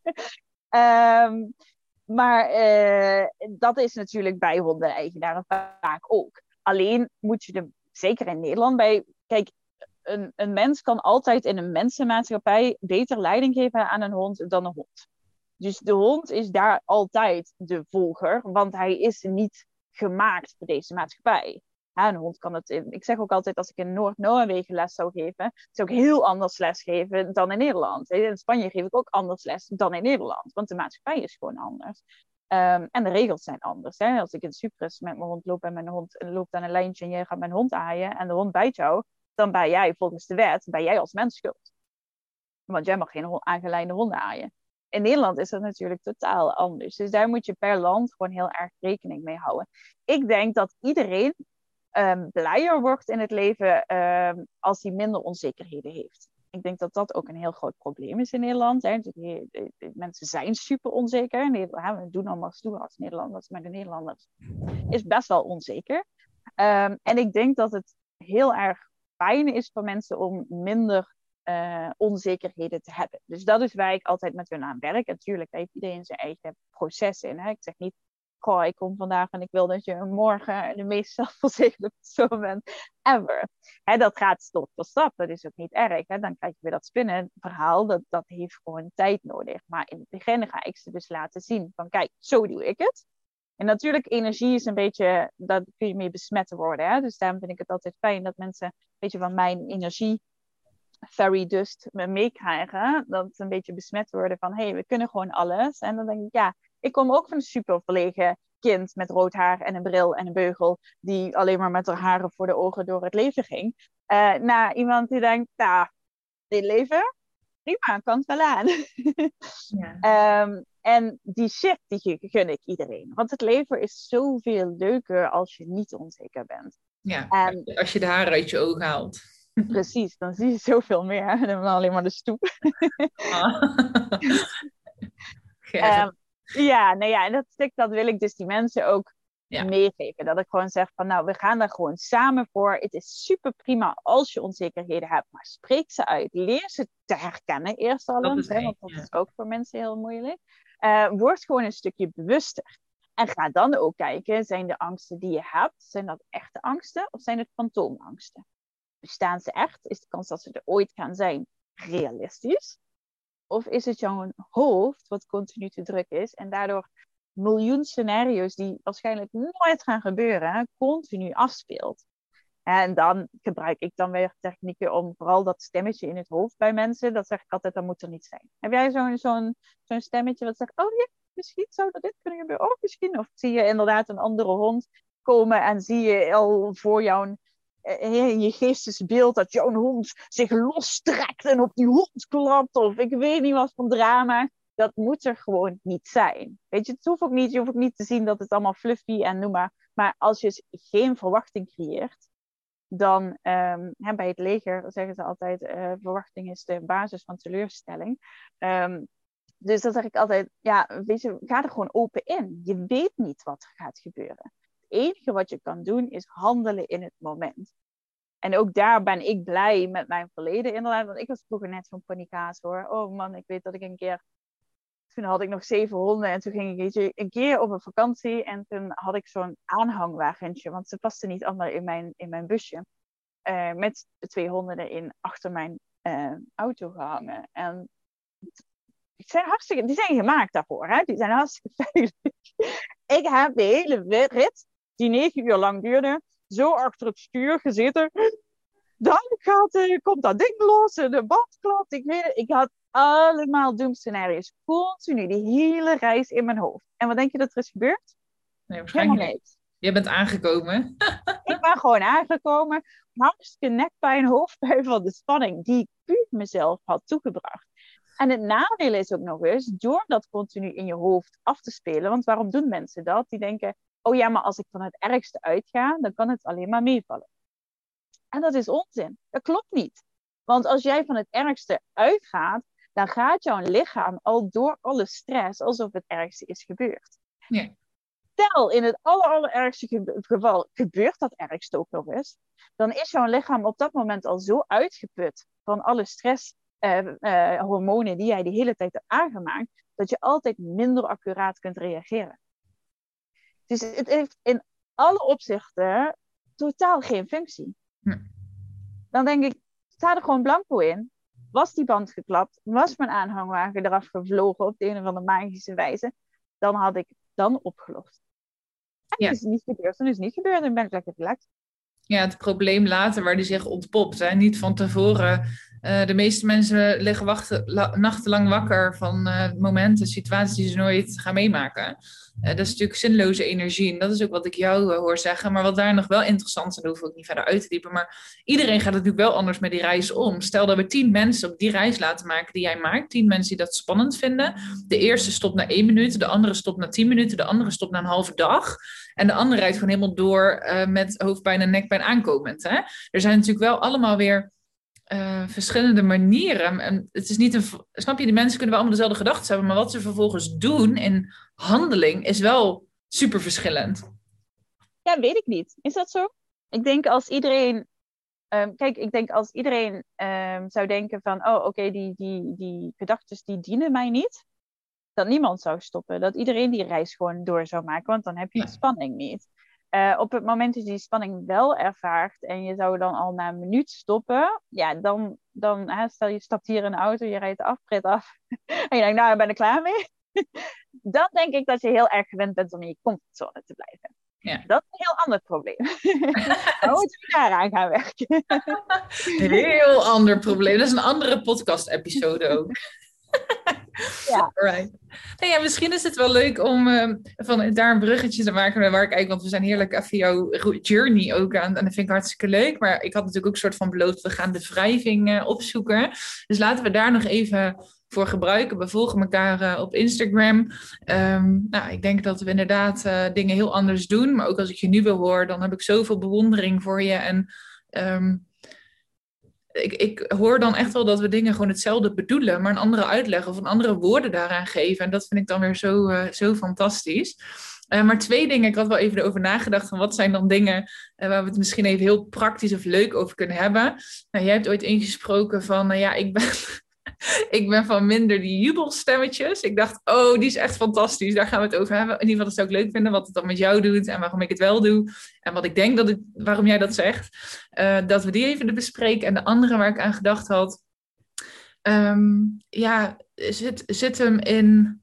Maar dat is natuurlijk bij hondeneigenaren vaak ook. Alleen moet je er, zeker in Nederland, bij... Kijk, een mens kan altijd in een mensenmaatschappij beter leiding geven aan een hond dan een hond. Dus de hond is daar altijd de volger, want hij is niet gemaakt voor deze maatschappij. Ja, een hond kan het... Ik zeg ook altijd, als ik in Noord-Noorwegen les zou geven, zou ik heel anders les geven dan in Nederland. In Spanje geef ik ook anders les dan in Nederland, want de maatschappij is gewoon anders. En de regels zijn anders. Hè? Als ik in Cyprus met mijn hond loop en mijn hond loopt aan een lijntje en jij gaat mijn hond aaien en de hond bijt jou, dan ben jij volgens de wet als mens schuld. Want jij mag geen aangeleide honden aaien. In Nederland is dat natuurlijk totaal anders. Dus daar moet je per land gewoon heel erg rekening mee houden. Ik denk dat iedereen blijer wordt in het leven als hij minder onzekerheden heeft. Ik denk dat dat ook een heel groot probleem is in Nederland. Hè. Mensen zijn super onzeker. We doen allemaal stoer als Nederlanders, maar de Nederlanders is best wel onzeker. En ik denk dat het heel erg fijn is voor mensen om minder onzekerheden te hebben. Dus dat is waar ik altijd met hun aan werk. Natuurlijk heeft iedereen zijn eigen proces in. Hè. Ik zeg niet, goh, ik kom vandaag en ik wil dat je morgen de meest zelfverzekerde persoon bent ever. Hè, dat gaat stap voor stap. Dat is ook niet erg. Hè. Dan krijg je weer dat spinnen verhaal. Dat heeft gewoon tijd nodig. Maar in het begin ga ik ze dus laten zien van kijk, zo doe ik het. En natuurlijk, energie is een beetje, daar kun je mee besmet worden. Hè? Dus daarom vind ik het altijd fijn dat mensen een beetje van mijn energie, fairy dust, meekrijgen. Dat ze een beetje besmet worden van, hé, we kunnen gewoon alles. En dan denk ik, ja, ik kom ook van een super verlegen kind met rood haar en een bril en een beugel, die alleen maar met haar haren voor de ogen door het leven ging. Naar iemand die denkt, nou, dit leven, prima, kan het wel aan. Ja. En die shift, die gun ik iedereen. Want het leven is zoveel leuker als je niet onzeker bent. Ja, als je de haren uit je ogen haalt. Precies, dan zie je zoveel meer dan alleen maar de stoep. Ja, nou ja, en dat stuk, dat wil ik dus die mensen ook meegeven. Dat ik gewoon zeg van, nou, we gaan daar gewoon samen voor. Het is super prima als je onzekerheden hebt, maar spreek ze uit. Leer ze te herkennen eerst al eens, want dat is ook voor mensen heel moeilijk. Word gewoon een stukje bewuster. En ga dan ook kijken, zijn de angsten die je hebt, zijn dat echte angsten of zijn het fantoomangsten? Bestaan ze echt? Is de kans dat ze er ooit gaan zijn realistisch? Of is het jouw hoofd wat continu te druk is en daardoor miljoen scenario's die waarschijnlijk nooit gaan gebeuren, continu afspeelt? En dan gebruik ik dan weer technieken om vooral dat stemmetje in het hoofd bij mensen, dat zeg ik altijd, dat moet er niet zijn. Heb jij zo'n stemmetje wat zegt, oh ja, misschien zou dat dit kunnen gebeuren, oh misschien. Of zie je inderdaad een andere hond komen en zie je al voor jou in je geestesbeeld dat jouw hond zich lostrekt en op die hond klapt, of ik weet niet wat voor drama. Dat moet er gewoon niet zijn. Weet je, het hoeft ook niet, je hoeft ook niet te zien dat het allemaal fluffy en noem maar. Maar als je geen verwachting creëert, dan bij het leger zeggen ze altijd, verwachting is de basis van teleurstelling. Dus dan zeg ik altijd, ja, weet je, ga er gewoon open in. Je weet niet wat er gaat gebeuren. Het enige wat je kan doen is handelen in het moment. En ook daar ben ik blij met mijn verleden inderdaad. Want ik was vroeger net zo'n paniekaas hoor. Oh man, ik weet dat ik een keer... Toen had ik nog 7 honden en toen ging ik een keer op een vakantie. En toen had ik zo'n aanhangwagentje, want ze pasten niet allemaal in mijn busje. Met de 2 honden erin achter mijn auto gehangen. En die zijn gemaakt daarvoor. Hè? Die zijn hartstikke veilig. Ik heb de hele rit, die 9 uur lang duurde, zo achter het stuur gezeten. Dan komt dat ding los en de band klapt. Ik had allemaal doemscenario's. Continu, die hele reis in mijn hoofd. En wat denk je dat er is gebeurd? Nee, waarschijnlijk helemaal niks. Je bent aangekomen. Ik ben gewoon aangekomen. Hartstikke nekpijn, hoofdpijn van de spanning die ik puur mezelf had toegebracht. En het nadeel is ook nog eens, door dat continu in je hoofd af te spelen. Want waarom doen mensen dat? Die denken, oh ja, maar als ik van het ergste uitga, dan kan het alleen maar meevallen. En dat is onzin. Dat klopt niet. Want als jij van het ergste uitgaat, dan gaat jouw lichaam al door alle stress alsof het ergste is gebeurd. Ja. Stel, in het allerergste geval gebeurt dat ergste ook nog eens, dan is jouw lichaam op dat moment al zo uitgeput van alle stresshormonen die jij de hele tijd hebt aangemaakt, dat je altijd minder accuraat kunt reageren. Dus het heeft in alle opzichten totaal geen functie. Dan denk ik, sta er gewoon blanco in. Was die band geklapt? Was mijn aanhangwagen eraf gevlogen op de een of andere magische wijze? Dan had ik dan opgelost. En het is niet gebeurd. En het is niet gebeurd. En ben ik lekker relaxed. Ja, het probleem later waar die zich ontpopt. Hè? Niet van tevoren. De meeste mensen liggen nachtenlang wakker van momenten, situaties die ze nooit gaan meemaken. Dat is natuurlijk zinloze energie. En dat is ook wat ik jou hoor zeggen. Maar wat daar nog wel interessant is, en daar hoef ik ook niet verder uit te diepen. Maar iedereen gaat natuurlijk wel anders met die reis om. Stel dat we 10 mensen op die reis laten maken die jij maakt. 10 mensen die dat spannend vinden. De eerste stopt na 1 minuut. De andere stopt na 10 minuten. De andere stopt na een halve dag. En de andere rijdt gewoon helemaal door met hoofdpijn en nekpijn aankomend. Hè? Er zijn natuurlijk wel allemaal weer verschillende manieren. En het is niet snap je, die mensen kunnen wel allemaal dezelfde gedachten hebben, maar wat ze vervolgens doen in handeling is wel super verschillend. Ja, weet ik niet. Is dat zo? Ik denk als iedereen zou denken van, oh oké, die gedachten die dienen mij niet, dat niemand zou stoppen. Dat iedereen die reis gewoon door zou maken, want dan heb je de spanning niet. Op het moment dat je die spanning wel ervaart en je zou dan al na een minuut stoppen, ja, dan stel je stapt hier in de auto, je rijdt de afrit af en je denkt, nou, ik ben er klaar mee. Dan denk ik dat je heel erg gewend bent om in je comfortzone te blijven. Ja. Dat is een heel ander probleem. Dan moeten we daaraan gaan werken. Een heel ander probleem. Dat is een andere podcast-episode ook. Ja. Right. Nou ja, misschien is het wel leuk om van daar een bruggetje te maken waar ik eigenlijk, want we zijn heerlijk even jouw journey ook aan en dat vind ik hartstikke leuk. Maar ik had natuurlijk ook een soort van beloofd, we gaan de wrijving opzoeken. Dus laten we daar nog even voor gebruiken. We volgen elkaar op Instagram. Nou, ik denk dat we inderdaad dingen heel anders doen. Maar ook als ik je nu wil horen, dan heb ik zoveel bewondering voor je. En ik hoor dan echt wel dat we dingen gewoon hetzelfde bedoelen, maar een andere uitleg of een andere woorden daaraan geven. En dat vind ik dan weer zo fantastisch. Maar 2 dingen, ik had wel even erover nagedacht van wat zijn dan dingen waar we het misschien even heel praktisch of leuk over kunnen hebben. Nou, jij hebt ooit ingesproken van, ja, ik ben van minder die jubelstemmetjes. Ik dacht, oh, die is echt fantastisch. Daar gaan we het over hebben. In ieder geval, dat zou ik leuk vinden, wat het dan met jou doet en waarom ik het wel doe. En wat ik denk waarom jij dat zegt. Dat we die even bespreken. En de andere waar ik aan gedacht had, ja, zit hem in...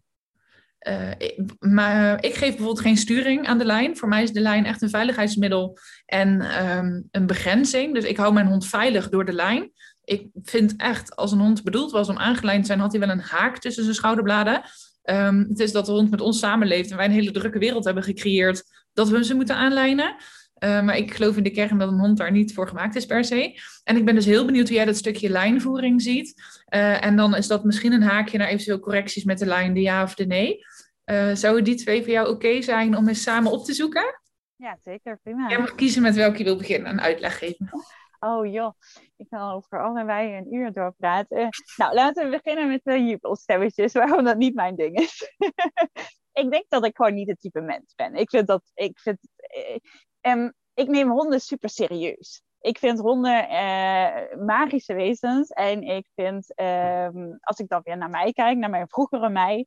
maar ik geef bijvoorbeeld geen sturing aan de lijn. Voor mij is de lijn echt een veiligheidsmiddel en een begrenzing. Dus ik hou mijn hond veilig door de lijn. Ik vind echt, als een hond bedoeld was om aangelijnd te zijn, had hij wel een haak tussen zijn schouderbladen. Het is dat de hond met ons samenleeft en wij een hele drukke wereld hebben gecreëerd dat we ze moeten aanlijnen. Maar ik geloof in de kern dat een hond daar niet voor gemaakt is per se. En ik ben dus heel benieuwd hoe jij dat stukje lijnvoering ziet. En dan is dat misschien een haakje naar eventueel correcties met de lijn, de ja of de nee. Zouden die 2 voor jou oké zijn om eens samen op te zoeken? Ja, zeker. Prima. Jij mag kiezen met welke je wil beginnen en uitleg geven. Oh joh, ik kan over allebei een uur doorpraten. Nou, laten we beginnen met de jubelstemmetjes, waarom dat niet mijn ding is. Ik denk dat ik gewoon niet het type mens ben. Ik neem honden super serieus. Ik vind honden magische wezens. En ik vind, als ik dan weer naar mij kijk, naar mijn vroegere mij,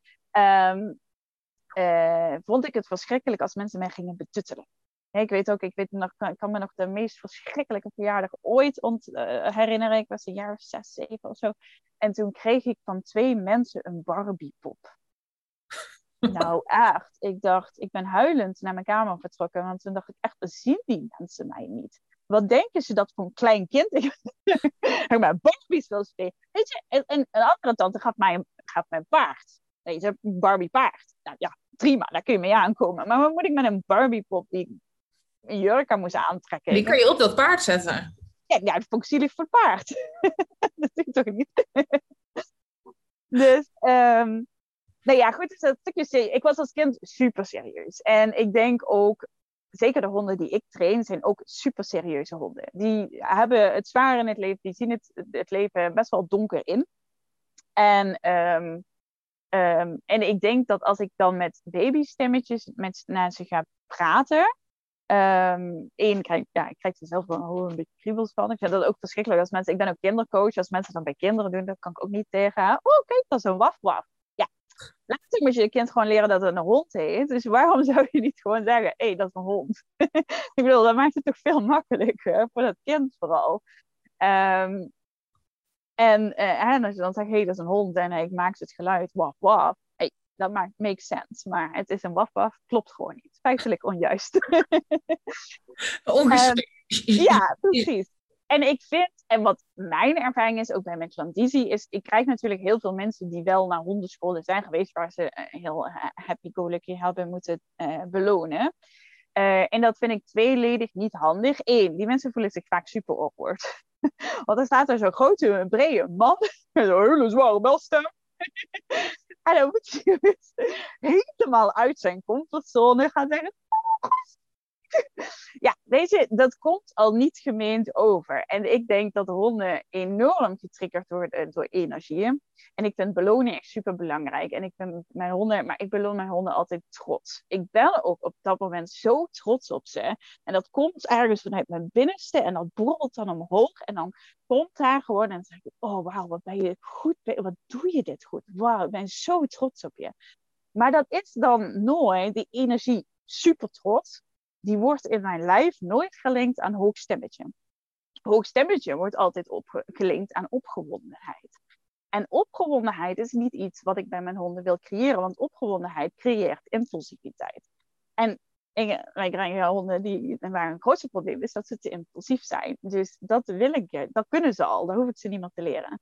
vond ik het verschrikkelijk als mensen mij gingen betuttelen. Ik kan me nog de meest verschrikkelijke verjaardag ooit herinneren. Ik was een jaar of 6, 7 of zo. En toen kreeg ik van 2 mensen een Barbiepop. Nou, echt. Ik ben huilend naar mijn kamer vertrokken. Want toen dacht ik echt, zien die mensen mij niet? Wat denken ze dat voor een klein kind? Ik met Barbies wil spelen. Weet je, en een andere tante gaf mij een paard. Weet je, een Barbie paard. Nou ja, prima, daar kun je mee aankomen. Maar wat moet ik met een Barbiepop die een jurk aan moest aantrekken? Die kan je op dat paard zetten. Ja, dat vond ik zielig voor het paard. Dat doe ik toch niet? Dus, nou ja, goed, dus dat stukje ik was als kind super serieus. En ik denk ook, zeker de honden die ik train, zijn ook super serieuze honden. Die hebben het zwaar in het leven, die zien het leven best wel donker in. En ik denk dat als ik dan met babystemmetjes naar ze ga praten, ik krijg er zelf wel een beetje kriebels van. Ik vind dat ook verschrikkelijk als mensen... Ik ben ook kindercoach. Als mensen dat bij kinderen doen, dat kan ik ook niet tegen. Oh, kijk, dat is een waf-waf. Ja, later moet je je kind gewoon leren dat het een hond heet. Dus waarom zou je niet gewoon zeggen, hé, dat is een hond? Ik bedoel, dat maakt het toch veel makkelijker voor dat kind vooral. En als je dan zegt, hé, dat is een hond en ik maak het geluid waf-waf. Dat makes sense. Maar het is een waf-waf, klopt gewoon niet. Feitelijk onjuist. Ja, precies. En ik vind, en wat mijn ervaring is, ook bij mijn klandizie, is ik krijg natuurlijk heel veel mensen die wel naar hondenscholen zijn geweest, waar ze heel happy-go-lucky hebben moeten belonen. En dat vind ik tweeledig niet handig. 1, die mensen voelen zich vaak super awkward. Want er staat er zo'n grote, brede man met een hele zware belstem. En dan moet je dus helemaal uit zijn comfortzone gaan zeggen. Ja, dat komt al niet gemeend over. En ik denk dat honden enorm getriggerd worden door energie. En ik vind beloning echt super belangrijk. En ik beloon mijn honden altijd trots. Ik ben ook op dat moment zo trots op ze. En dat komt ergens vanuit mijn binnenste. En dat borrelt dan omhoog. En dan komt daar gewoon en dan zeg ik, oh wauw, wat ben je goed. Wat doe je dit goed. Wauw, ik ben zo trots op je. Maar dat is dan nooit die energie super trots. Die wordt in mijn lijf nooit gelinkt aan hoog stemmetje. Hoog stemmetje wordt altijd gelinkt aan opgewondenheid. En opgewondenheid is niet iets wat ik bij mijn honden wil creëren, want opgewondenheid creëert impulsiviteit. En wij krijgen honden waar een grootste probleem is dat ze te impulsief zijn. Dus dat kunnen ze al, daar hoef ik ze niemand te leren.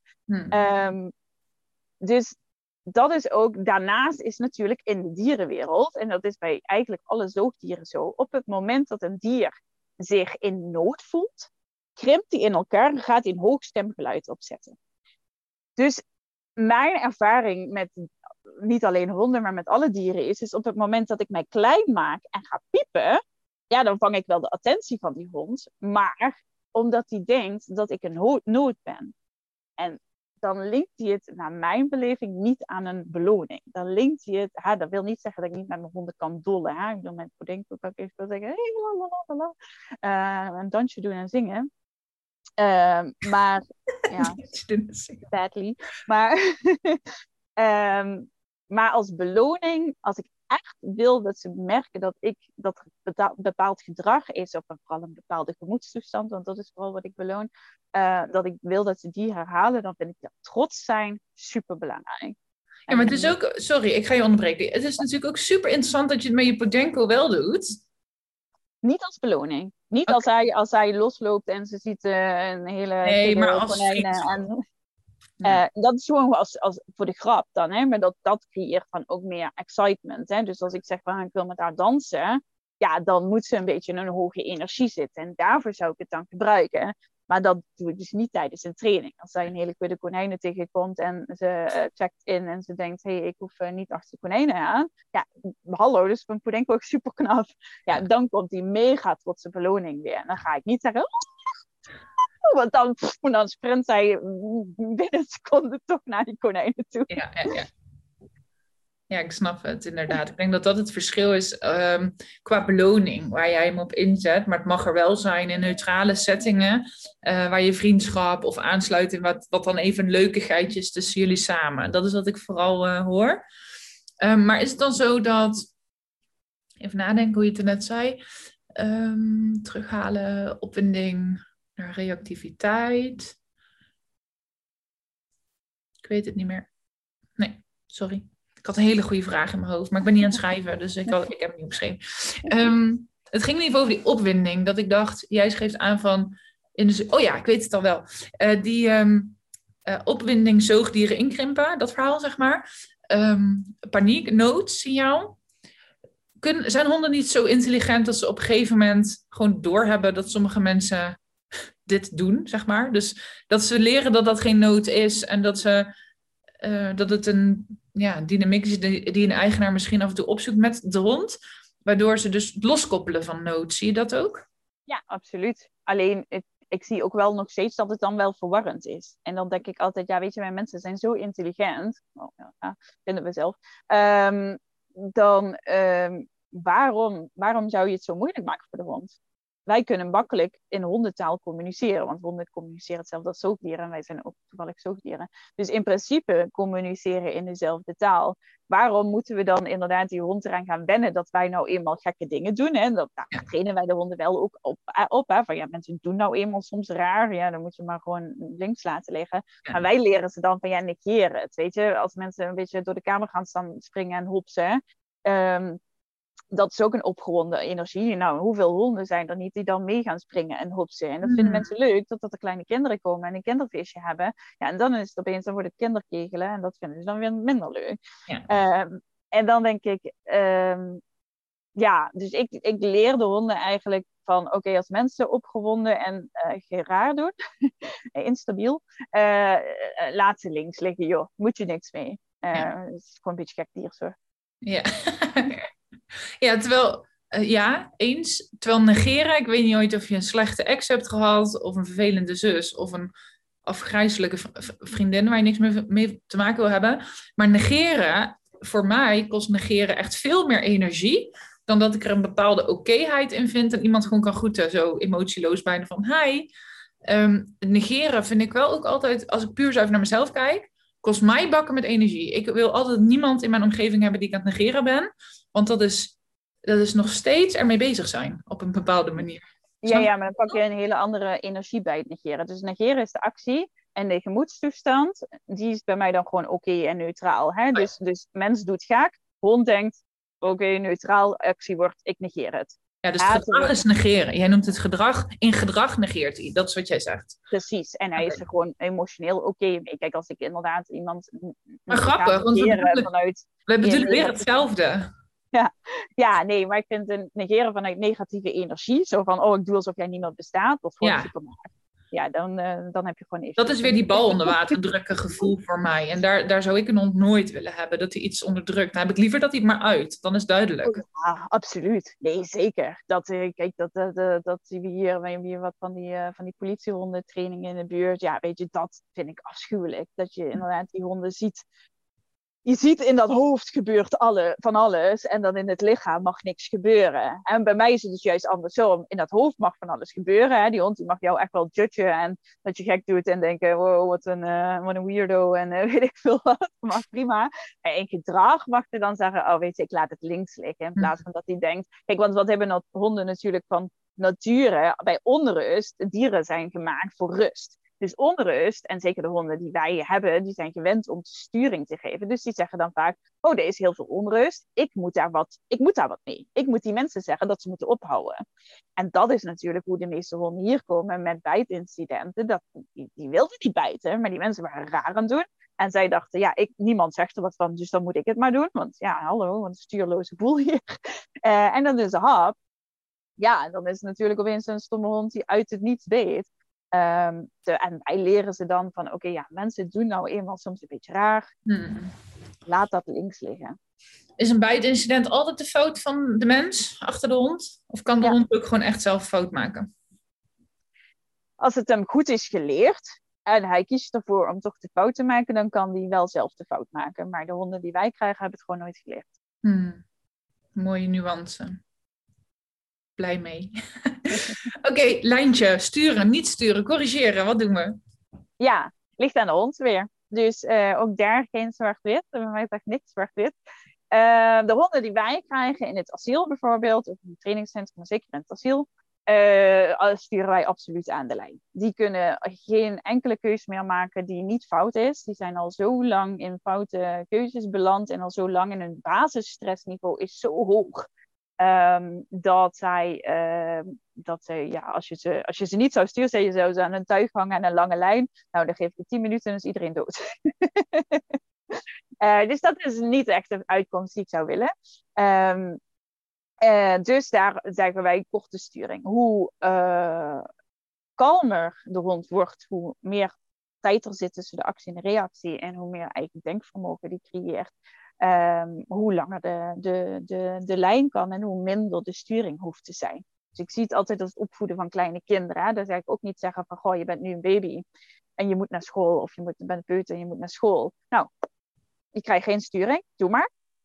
Dus dat is ook, daarnaast is natuurlijk in de dierenwereld, en dat is bij eigenlijk alle zoogdieren zo, op het moment dat een dier zich in nood voelt, krimpt hij in elkaar en gaat hij een hoog stemgeluid opzetten. Dus mijn ervaring met niet alleen honden, maar met alle dieren is op het moment dat ik mij klein maak en ga piepen, ja, dan vang ik wel de attentie van die hond, maar omdat hij denkt dat ik een nood ben. En dan linkt hij het, naar mijn beleving, niet aan een beloning. Dan linkt hij het, dat wil niet zeggen dat ik niet met mijn honden kan dollen. Hè? Ik wil met Podenco kan ik even zeggen, hey, een dansje doen en zingen. Maar, ja, badly. Maar als beloning, als ik echt wil dat ze merken dat er bepaald gedrag is, of vooral een bepaalde gemoedstoestand, want dat is vooral wat ik beloon, dat ik wil dat ze die herhalen, dan vind ik dat trots zijn super belangrijk. Ja, maar het is ook, sorry, ik ga je onderbreken. Het is natuurlijk ook super interessant dat je het met je Podenco wel doet. Niet als beloning. Niet als hij losloopt en ze ziet een hele... Nee, maar als konijnen dat is gewoon als voor de grap dan. Hè? Maar dat creëert dan ook meer excitement. Hè? Dus als ik zeg van ik wil met haar dansen. Ja, dan moet ze een beetje in een hoge energie zitten. En daarvoor zou ik het dan gebruiken. Maar dat doe ik dus niet tijdens een training. Als zij een hele kudde konijnen tegenkomt en ze checkt in en ze denkt, hey, ik hoef niet achter konijnen aan. Ja, hallo, dus van Podenco ook super knap. Ja, dan komt die mega trotse beloning weer. En dan ga ik niet zeggen, want dan sprint zij binnen een seconde toch naar die konijnen toe. Ja. Ja, ik snap het inderdaad. Ik denk dat dat het verschil is qua beloning, waar jij hem op inzet. Maar het mag er wel zijn in neutrale settingen, waar je vriendschap of aansluiting, wat dan even een leukigheidje is tussen jullie samen. Dat is wat ik vooral hoor. Maar is het dan zo dat, even nadenken hoe je het er net zei, terughalen, opwinding naar reactiviteit. Ik weet het niet meer. Nee, sorry. Ik had een hele goede vraag in mijn hoofd, maar ik ben niet aan het schrijven, dus ik heb het niet opgeschreven. Het ging in ieder geval over die opwinding, dat ik dacht, jij schreef aan van, oh ja, ik weet het al wel. Opwinding, zoogdieren inkrimpen, dat verhaal zeg maar. Paniek, noodsignaal. Zijn honden niet zo intelligent dat ze op een gegeven moment gewoon doorhebben dat sommige mensen dit doen, zeg maar? Dus dat ze leren dat dat geen nood is en dat het een dynamiek is die een eigenaar misschien af en toe opzoekt met de hond, waardoor ze dus loskoppelen van nood. Zie je dat ook? Ja, absoluut. Alleen, ik zie ook wel nog steeds dat het dan wel verwarrend is. En dan denk ik altijd, ja, weet je, mijn mensen zijn zo intelligent, vinden we zelf, waarom zou je het zo moeilijk maken voor de hond? Wij kunnen makkelijk in hondentaal communiceren, want honden communiceren hetzelfde als zoogdieren en wij zijn ook toevallig zoogdieren. Dus in principe communiceren in dezelfde taal. Waarom moeten we dan inderdaad die hond eraan gaan wennen dat wij nou eenmaal gekke dingen doen? Hè? Daar trainen wij de honden wel ook op hè? Van ja, mensen doen nou eenmaal soms raar, ja, dan moet je maar gewoon links laten liggen. Ja. Maar wij leren ze dan van ja, negeer het. Weet je, als mensen een beetje door de kamer gaan staan springen en hopsen, dat is ook een opgewonden energie. Nou, hoeveel honden zijn er niet die dan mee gaan springen en hopsen? En dat vinden mensen leuk, totdat er kleine kinderen komen en een kinderfeestje hebben. Ja, en dan is het opeens, dan wordt het kinderkegelen en dat vinden ze dan weer minder leuk. Ja. En dan denk ik, dus ik leer de honden eigenlijk van, oké, als mensen opgewonden en geraar doen, instabiel, laat ze links liggen, joh, moet je niks mee. Het is gewoon een beetje gek dier, zo. Ja. Ja, terwijl, eens. Terwijl negeren, ik weet niet ooit of je een slechte ex hebt gehad, of een vervelende zus, of een afgrijzelijke vriendin waar je niks meer mee te maken wil hebben. Maar negeren, voor mij kost negeren echt veel meer energie, dan dat ik er een bepaalde okéheid in vind en iemand gewoon kan groeten, zo emotieloos bijna van hi. Negeren vind ik wel ook altijd, als ik puur zuiver naar mezelf kijk, kost mij bakken met energie. Ik wil altijd niemand in mijn omgeving hebben die ik aan het negeren ben. Want dat is nog steeds ermee bezig zijn, op een bepaalde manier. Ja, maar dan pak je een hele andere energie bij het negeren. Dus negeren is de actie en de gemoedstoestand, die is bij mij dan gewoon oké en neutraal. Hè? Dus mens doet gek, hond denkt, oké, neutraal, actie wordt, ik negeer het. Ja, dus het gedrag is negeren. Jij noemt het gedrag. In gedrag negeert hij. Dat is wat jij zegt. Precies. En hij is er gewoon emotioneel oké mee. Kijk, als ik inderdaad iemand... Maar grappig, want we bedoelen weer hetzelfde. Ja, nee, maar ik vind het negeren vanuit negatieve energie. Zo van, ik doe alsof jij niet meer bestaat. Dat is gewoon super makkelijk. ja, dan heb je gewoon even... Dat is weer die bal onder water drukken gevoel voor mij. En daar zou ik een hond nooit willen hebben. Dat hij iets onderdrukt. Dan heb ik liever dat hij het maar uit. Dan is het Oh, duidelijk. ja, absoluut. Nee, zeker. Kijk, dat zien we hier. We hebben hier wat van die politiehondentrainingen in de buurt. Ja, weet je, dat vind ik afschuwelijk. Dat je inderdaad die honden ziet. Je ziet in dat hoofd gebeurt van alles. En dan in het lichaam mag niks gebeuren. En bij mij is het dus juist andersom. In dat hoofd mag van alles gebeuren. Hè. Die hond die mag jou echt wel judgen. En dat je gek doet en denken, wow, wat een weirdo. En weet ik veel wat. Mag prima. En in gedrag mag je dan zeggen, oh weet je, ik laat het links liggen. In plaats van dat hij denkt... Kijk, want wat hebben honden natuurlijk van nature bij onrust? Dieren zijn gemaakt voor rust. Dus onrust, en zeker de honden die wij hebben, die zijn gewend om sturing te geven. Dus die zeggen dan vaak, oh, er is heel veel onrust. Ik moet daar wat mee. Ik moet die mensen zeggen dat ze moeten ophouden. En dat is natuurlijk hoe de meeste honden hier komen met bijtincidenten. Die wilden niet bijten, maar die mensen waren raar aan het doen. En zij dachten, ja, niemand zegt er wat van, dus dan moet ik het maar doen. Want ja, hallo, wat een stuurloze boel hier. En dan is de hap. Ja, dan is het natuurlijk opeens een stomme hond die uit het niets weet. En wij leren ze dan van, oké, ja, mensen doen nou eenmaal soms een beetje raar. Laat dat links liggen. Is een bijtincident altijd de fout van de mens achter de hond? Of kan de hond ook gewoon echt zelf fout maken? Als het hem goed is geleerd en hij kiest ervoor om toch de fout te maken, dan kan hij wel zelf de fout maken. Maar de honden die wij krijgen, hebben het gewoon nooit geleerd. Mooie nuance. Blij mee. Oké, lijntje. Sturen, niet sturen, corrigeren. Wat doen we? Ja, ligt aan de hond weer. Dus ook daar geen zwart-wit. Bij mij is echt niks zwart-wit. De honden die wij krijgen in het asiel bijvoorbeeld, of in het trainingscentrum, maar zeker in het asiel, sturen wij absoluut aan de lijn. Die kunnen geen enkele keus meer maken die niet fout is. Die zijn al zo lang in foute keuzes beland en al zo lang in hun basisstressniveau is zo hoog. Dat zij, ja, als je ze niet zou sturen, je zou ze aan een tuig hangen en een lange lijn. Nou, dan geef ik 10 minuten en is iedereen dood. Dus dat is niet echt de uitkomst die ik zou willen. Dus daar zeggen wij korte sturing. Hoe kalmer de hond wordt, hoe meer tijd er zit tussen de actie en de reactie en hoe meer eigen denkvermogen die creëert. Hoe langer de lijn kan en hoe minder de sturing hoeft te zijn. Dus ik zie het altijd als het opvoeden van kleine kinderen. Hè. Daar zeg ik ook niet zeggen van, goh, je bent nu een baby en je moet naar school. Of je bent peuter en je moet naar school. Nou, je krijgt geen sturing, doe maar.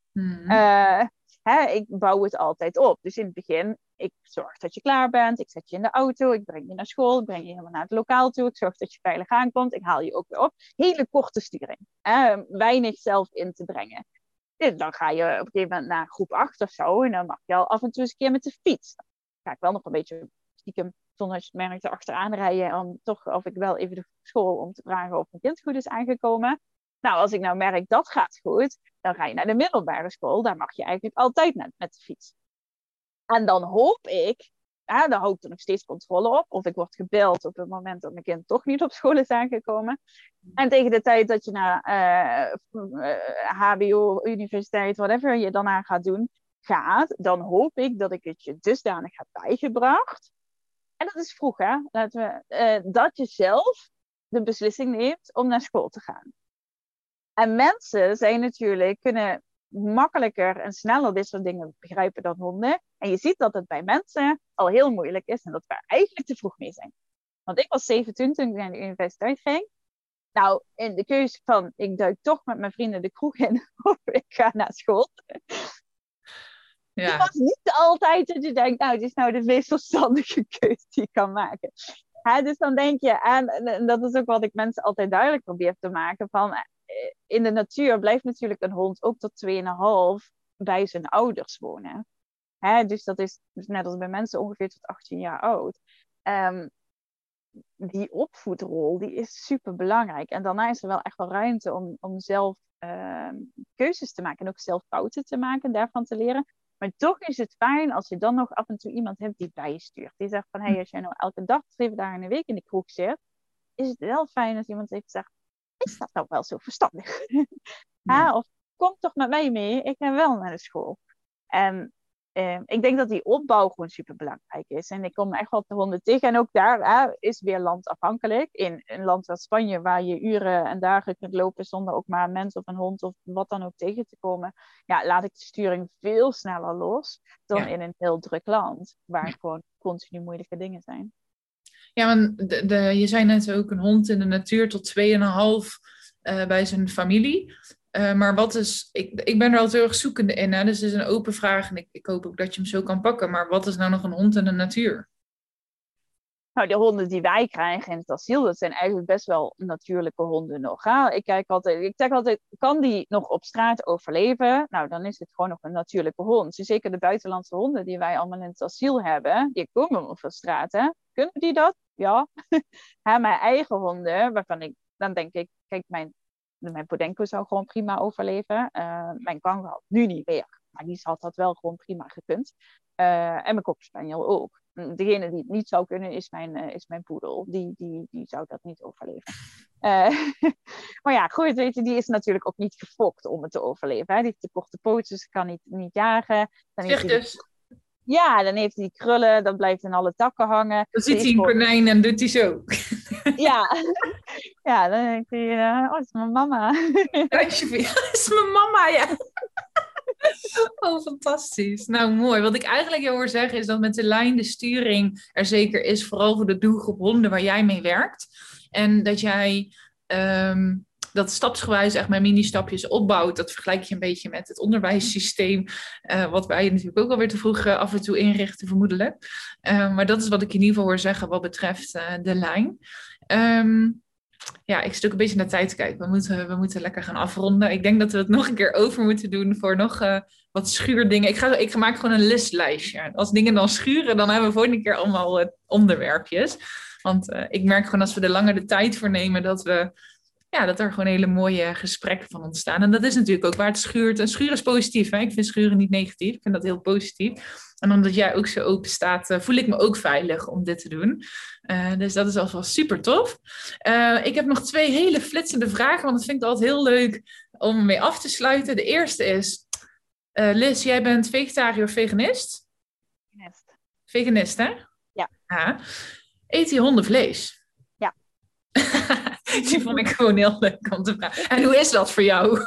Ik bouw het altijd op. Dus in het begin, ik zorg dat je klaar bent. Ik zet je in de auto, ik breng je naar school. Ik breng je helemaal naar het lokaal toe. Ik zorg dat je veilig aankomt. Ik haal je ook weer op. Hele korte sturing. Weinig zelf in te brengen. Dus dan ga je op een gegeven moment naar groep 8 of zo. En dan mag je al af en toe eens een keer met de fiets. Dan ga ik wel nog een beetje stiekem, zonder dat je het merkt, achteraan rijden. Om toch, of ik wel even de school om te vragen of mijn kind goed is aangekomen. Nou, als ik nou merk dat gaat goed, dan ga je naar de middelbare school. Daar mag je eigenlijk altijd met de fiets. En dan hoop ik, dan hou ik er nog steeds controle op. Of ik word gebeld op het moment dat mijn kind toch niet op school is aangekomen. En tegen de tijd dat je naar HBO, universiteit, whatever je daarna gaat doen, dan hoop ik dat ik het je dusdanig heb bijgebracht. En dat is vroeg, hè? Dat je zelf de beslissing neemt om naar school te gaan. En mensen kunnen makkelijker en sneller dit soort dingen begrijpen dan honden. En je ziet dat het bij mensen al heel moeilijk is en dat we eigenlijk te vroeg mee zijn. Want ik was 17 toen ik naar de universiteit ging. Nou, in de keuze van ik duik toch met mijn vrienden de kroeg in of ik ga naar school. Ja. Het was niet altijd dat je denkt, nou, het is nou de meest verstandige keuze die je kan maken. Dus dan denk je, en dat is ook wat ik mensen altijd duidelijk probeer te maken, van in de natuur blijft natuurlijk een hond ook tot 2,5 bij zijn ouders wonen. Dus dat is net als bij mensen ongeveer tot 18 jaar oud. Die opvoedrol, die is super belangrijk. En daarna is er wel echt wel ruimte om zelf keuzes te maken. En ook zelf fouten te maken, daarvan te leren. Maar toch is het fijn als je dan nog af en toe iemand hebt die bij je stuurt. Die zegt van, als jij nou elke dag 7 dagen in de week in de kroeg zit, is het wel fijn als iemand heeft gezegd, is dat nou wel zo verstandig? Of kom toch met mij mee, ik ga wel naar de school. En ik denk dat die opbouw gewoon super belangrijk is. En ik kom echt wel de honden tegen. En ook daar is weer landafhankelijk. In een land als Spanje, waar je uren en dagen kunt lopen zonder ook maar een mens of een hond of wat dan ook tegen te komen. Ja, laat ik de sturing veel sneller los dan in een heel druk land, waar gewoon continu moeilijke dingen zijn. Ja, want je zei net ook een hond in de natuur tot 2,5 bij zijn familie. Maar wat is, ik ben er altijd heel erg zoekende in. Hè? Dus het is een open vraag en ik hoop ook dat je hem zo kan pakken. Maar wat is nou nog een hond in de natuur? Nou, de honden die wij krijgen in het asiel, dat zijn eigenlijk best wel natuurlijke honden nog. Hè? Ik zeg altijd, kan die nog op straat overleven? Nou, dan is het gewoon nog een natuurlijke hond. Dus zeker de buitenlandse honden die wij allemaal in het asiel hebben, die komen op de straat. Hè? Kunnen die dat? Ja. Mijn eigen honden, dan denk ik, kijk, mijn Podenco zou gewoon prima overleven. Mijn kangaroo nu niet meer, maar die had dat wel gewoon prima gekund. En mijn cocker ook. Degene die het niet zou kunnen is mijn poedel. Die zou dat niet overleven. Maar ja, goed, weet je, die is natuurlijk ook niet gefokt om het te overleven. Hè? Die heeft te korte pootjes, dus kan niet jagen. Dan dan heeft hij die krullen, dat blijft in alle takken hangen. Dan ziet hij een konijn en doet hij zo. Ja, dan denkt hij, het is mijn mama. Het is mijn mama, ja. Oh, fantastisch. Nou, mooi. Wat ik eigenlijk jou hoor zeggen is dat met de lijn de sturing er zeker is, vooral voor de doelgroep honden waar jij mee werkt. En dat jij dat stapsgewijs echt met mini-stapjes opbouwt. Dat vergelijk je een beetje met het onderwijssysteem, wat wij natuurlijk ook alweer te vroeg af en toe inrichten, vermoedelijk. Maar dat is wat ik in ieder geval hoor zeggen wat betreft de lijn. Ja, ik zit ook een beetje naar tijd te kijken. We moeten lekker gaan afronden. Ik denk dat we het nog een keer over moeten doen voor nog wat schuurdingen. Ik maak gewoon een listlijstje. Als dingen dan schuren, dan hebben we volgende keer allemaal onderwerpjes. Want ik merk gewoon als we er langer de tijd voor nemen, dat er gewoon hele mooie gesprekken van ontstaan. En dat is natuurlijk ook waar het schuurt. En schuren is positief. Hè? Ik vind schuren niet negatief. Ik vind dat heel positief. En omdat jij ook zo open staat, voel ik me ook veilig om dit te doen. Dus dat is alvast super tof. Ik heb nog 2 hele flitsende vragen, want dat vind ik altijd heel leuk om mee af te sluiten. De eerste is, Liz, jij bent vegetariër of veganist? Veganist, hè? Ja. Eet die honden vlees? Ja. Die vond ik gewoon heel leuk om te vragen. En hoe is dat voor jou?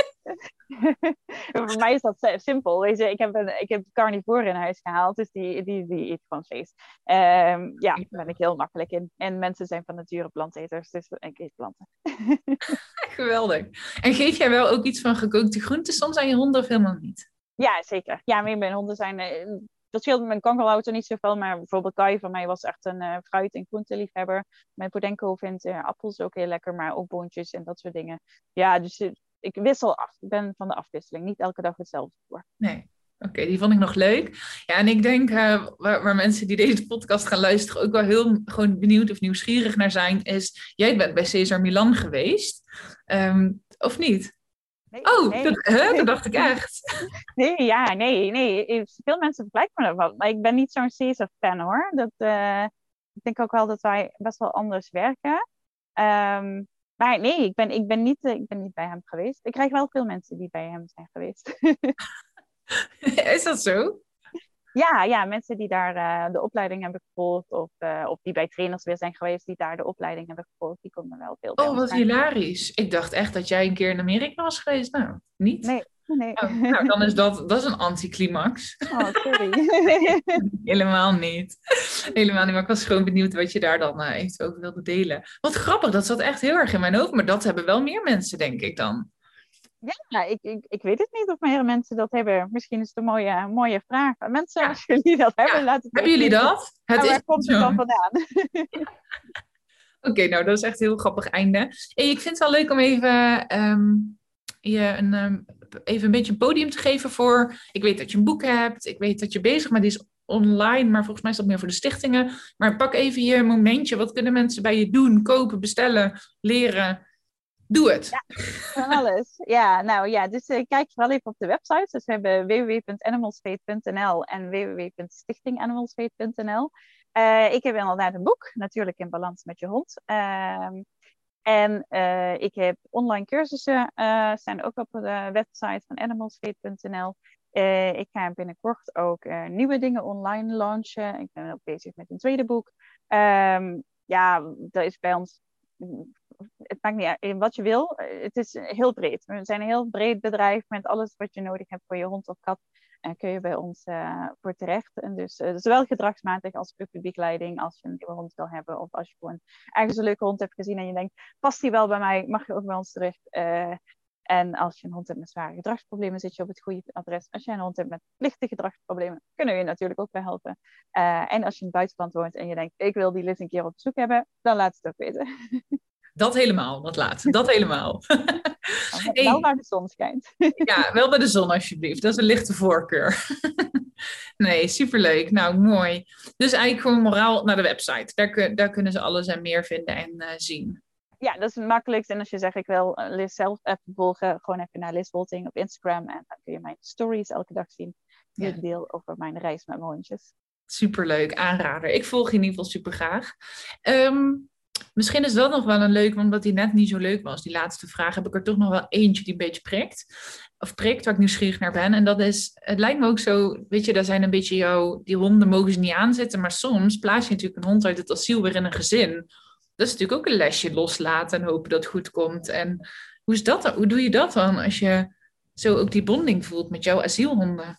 Voor mij is dat simpel. Weet je, ik heb carnivore in huis gehaald, dus die eet gewoon vlees. Daar ben ik heel makkelijk in. En mensen zijn van nature planteters, dus ik eet planten. Geweldig. En geef jij wel ook iets van gekookte groenten soms aan je honden of helemaal niet? Ja, zeker. Ja, mijn honden zijn... dat scheelt met mijn kankerlauter niet zoveel, maar bijvoorbeeld Kai van mij was echt een fruit- en groenteliefhebber. Mijn Podenco vindt appels ook heel lekker, maar ook boontjes en dat soort dingen. Ja, dus ik wissel af. Ik ben van de afwisseling. Niet elke dag hetzelfde voor. Nee. Oké, die vond ik nog leuk. Ja, en ik denk waar mensen die deze podcast gaan luisteren ook wel heel gewoon benieuwd of nieuwsgierig naar zijn, is, jij bent bij Cesar Milan geweest. Of niet? Nee. Dat dacht ik echt. Nee. Veel mensen vergelijken me ervan. Maar ik ben niet zo'n Cesar-fan hoor. Ik denk ook wel dat wij best wel anders werken. Maar nee, ik ben niet bij hem geweest. Ik krijg wel veel mensen die bij hem zijn geweest. Is dat zo? Ja, mensen die daar de opleiding hebben gevolgd. Of die bij trainers weer zijn geweest die daar de opleiding hebben gevolgd. Die komen wel veel bij ons. Wat hilarisch. Ik dacht echt dat jij een keer in Amerika was geweest. Nou, niet? Nee. Oh, nou, dan is dat is een anticlimax. Oh, sorry. Helemaal niet. Helemaal niet. Maar ik was gewoon benieuwd wat je daar dan eventueel over wilde delen. Wat grappig, dat zat echt heel erg in mijn hoofd. Maar dat hebben wel meer mensen, denk ik dan. Ja, ik weet het niet of meer mensen dat hebben. Misschien is het een mooie vraag. Mensen, als jullie dat hebben, laten het hebben jullie dat? Waar komt het dan vandaan? Oké, nou, dat is echt een heel grappig einde. Hey, ik vind het wel leuk om even even een beetje een podium te geven voor... Ik weet dat je een boek hebt. Ik weet dat je bezig bent. Die is online, maar volgens mij is dat meer voor de stichtingen. Maar pak even je momentje. Wat kunnen mensen bij je doen? Kopen, bestellen, leren? Doe het. Ja, van alles. Ja, nou ja, dus kijk vooral even op de website. Dus we hebben www.animalsfate.nl en www.stichtinganimalsfate.nl. Ik heb inderdaad een boek, natuurlijk in balans met je hond. En ik heb online cursussen, staan ook op de website van animalsfate.nl. Ik ga binnenkort ook nieuwe dingen online launchen. Ik ben ook bezig met een tweede boek. Dat is bij ons... Het maakt niet uit wat je wil. Het is heel breed. We zijn een heel breed bedrijf met alles wat je nodig hebt voor je hond of kat. En kun je bij ons voor terecht. En dus zowel gedragsmatig als puppybegeleiding. Als je een nieuwe hond wil hebben. Of als je gewoon ergens een leuke hond hebt gezien. En je denkt, past die wel bij mij? Mag je ook bij ons terug? En als je een hond hebt met zware gedragsproblemen, zit je op het goede adres. Als je een hond hebt met lichte gedragsproblemen, kunnen we je natuurlijk ook bij helpen. En als je in het buitenland woont en je denkt, ik wil die Liz een keer op bezoek hebben, dan laat het ook weten. Dat helemaal, dat laatste. Dat helemaal. Wel waar de zon schijnt. Ja, wel bij de zon alsjeblieft. Dat is een lichte voorkeur. Nee, superleuk. Nou, mooi. Dus eigenlijk gewoon moraal naar de website. Daar kunnen ze alles en meer vinden en zien. Ja, dat is het makkelijkst. En als je zegt, ik wil Liz zelf even volgen, gewoon even naar Liz Wolting op Instagram. En dan kun je mijn stories elke dag zien. Die ik deel over mijn reis met mijn hondjes. Superleuk, aanrader. Ik volg je in ieder geval super graag. Misschien is dat nog wel een leuk, want omdat die net niet zo leuk was, die laatste vraag, heb ik er toch nog wel eentje die een beetje prikt. Of prikt, waar ik nieuwsgierig naar ben. En dat is, het lijkt me ook zo, weet je, daar zijn een beetje die honden mogen ze niet aanzetten, maar soms plaats je natuurlijk een hond uit het asiel weer in een gezin. Dat is natuurlijk ook een lesje loslaten en hopen dat het goed komt. En hoe is dat dan? Hoe doe je dat dan als je zo ook die bonding voelt met jouw asielhonden?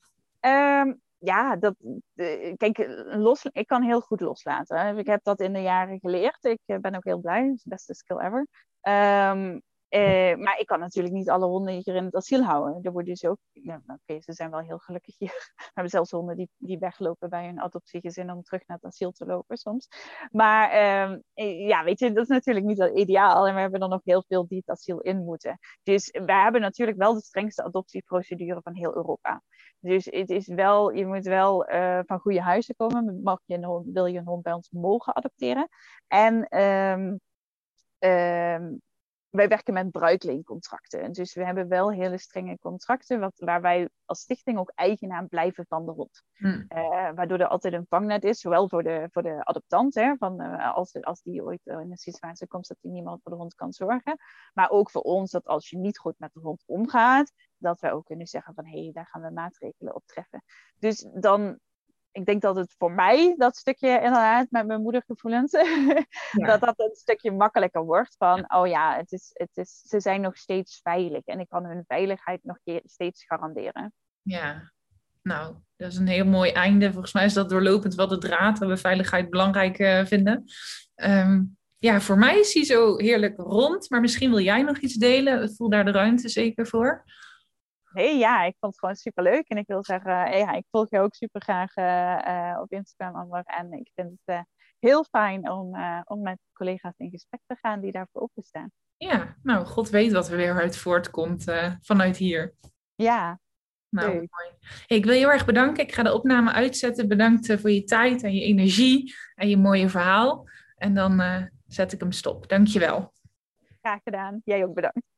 Kijk, ik kan heel goed loslaten. Ik heb dat in de jaren geleerd. Ik ben ook heel blij. Dat is de beste skill ever. Maar ik kan natuurlijk niet alle honden hier in het asiel houden. Er worden dus ook... ze zijn wel heel gelukkig hier. We hebben zelfs honden die weglopen bij hun adoptiegezin om terug naar het asiel te lopen soms. Maar weet je, dat is natuurlijk niet ideaal. En we hebben er nog heel veel die het asiel in moeten. Dus we hebben natuurlijk wel de strengste adoptieprocedure van heel Europa. Dus het is wel, je moet wel van goede huizen komen. Wil je een hond bij ons mogen adopteren? En wij werken met bruikleencontracten. Dus we hebben wel hele strenge contracten, waar wij als stichting ook eigenaar blijven van de hond. Waardoor er altijd een vangnet is, zowel voor de adoptant, hè, als die ooit in een situatie komt dat die niemand voor de hond kan zorgen. Maar ook voor ons, dat als je niet goed met de hond omgaat, dat wij ook kunnen zeggen van, hé, daar gaan we maatregelen op treffen. Dus dan... Ik denk dat het voor mij, dat stukje inderdaad, met mijn moedergevoelens, dat een stukje makkelijker wordt. Van, ze zijn nog steeds veilig. En ik kan hun veiligheid nog steeds garanderen. Ja, nou, dat is een heel mooi einde. Volgens mij is dat doorlopend wel de draad, dat we veiligheid belangrijk vinden. Voor mij is hij zo heerlijk rond. Maar misschien wil jij nog iets delen? Ik voel daar de ruimte zeker voor. Ik vond het gewoon superleuk. En ik wil zeggen, ik volg je ook super graag op Instagram, Amber. En ik vind het heel fijn om met collega's in gesprek te gaan die daarvoor openstaan. Ja, nou, God weet wat er weer uit voortkomt vanuit hier. Ja. Nou, mooi. Ik wil je heel erg bedanken. Ik ga de opname uitzetten. Bedankt voor je tijd en je energie en je mooie verhaal. En dan zet ik hem stop. Dankjewel. Graag gedaan. Jij ook bedankt.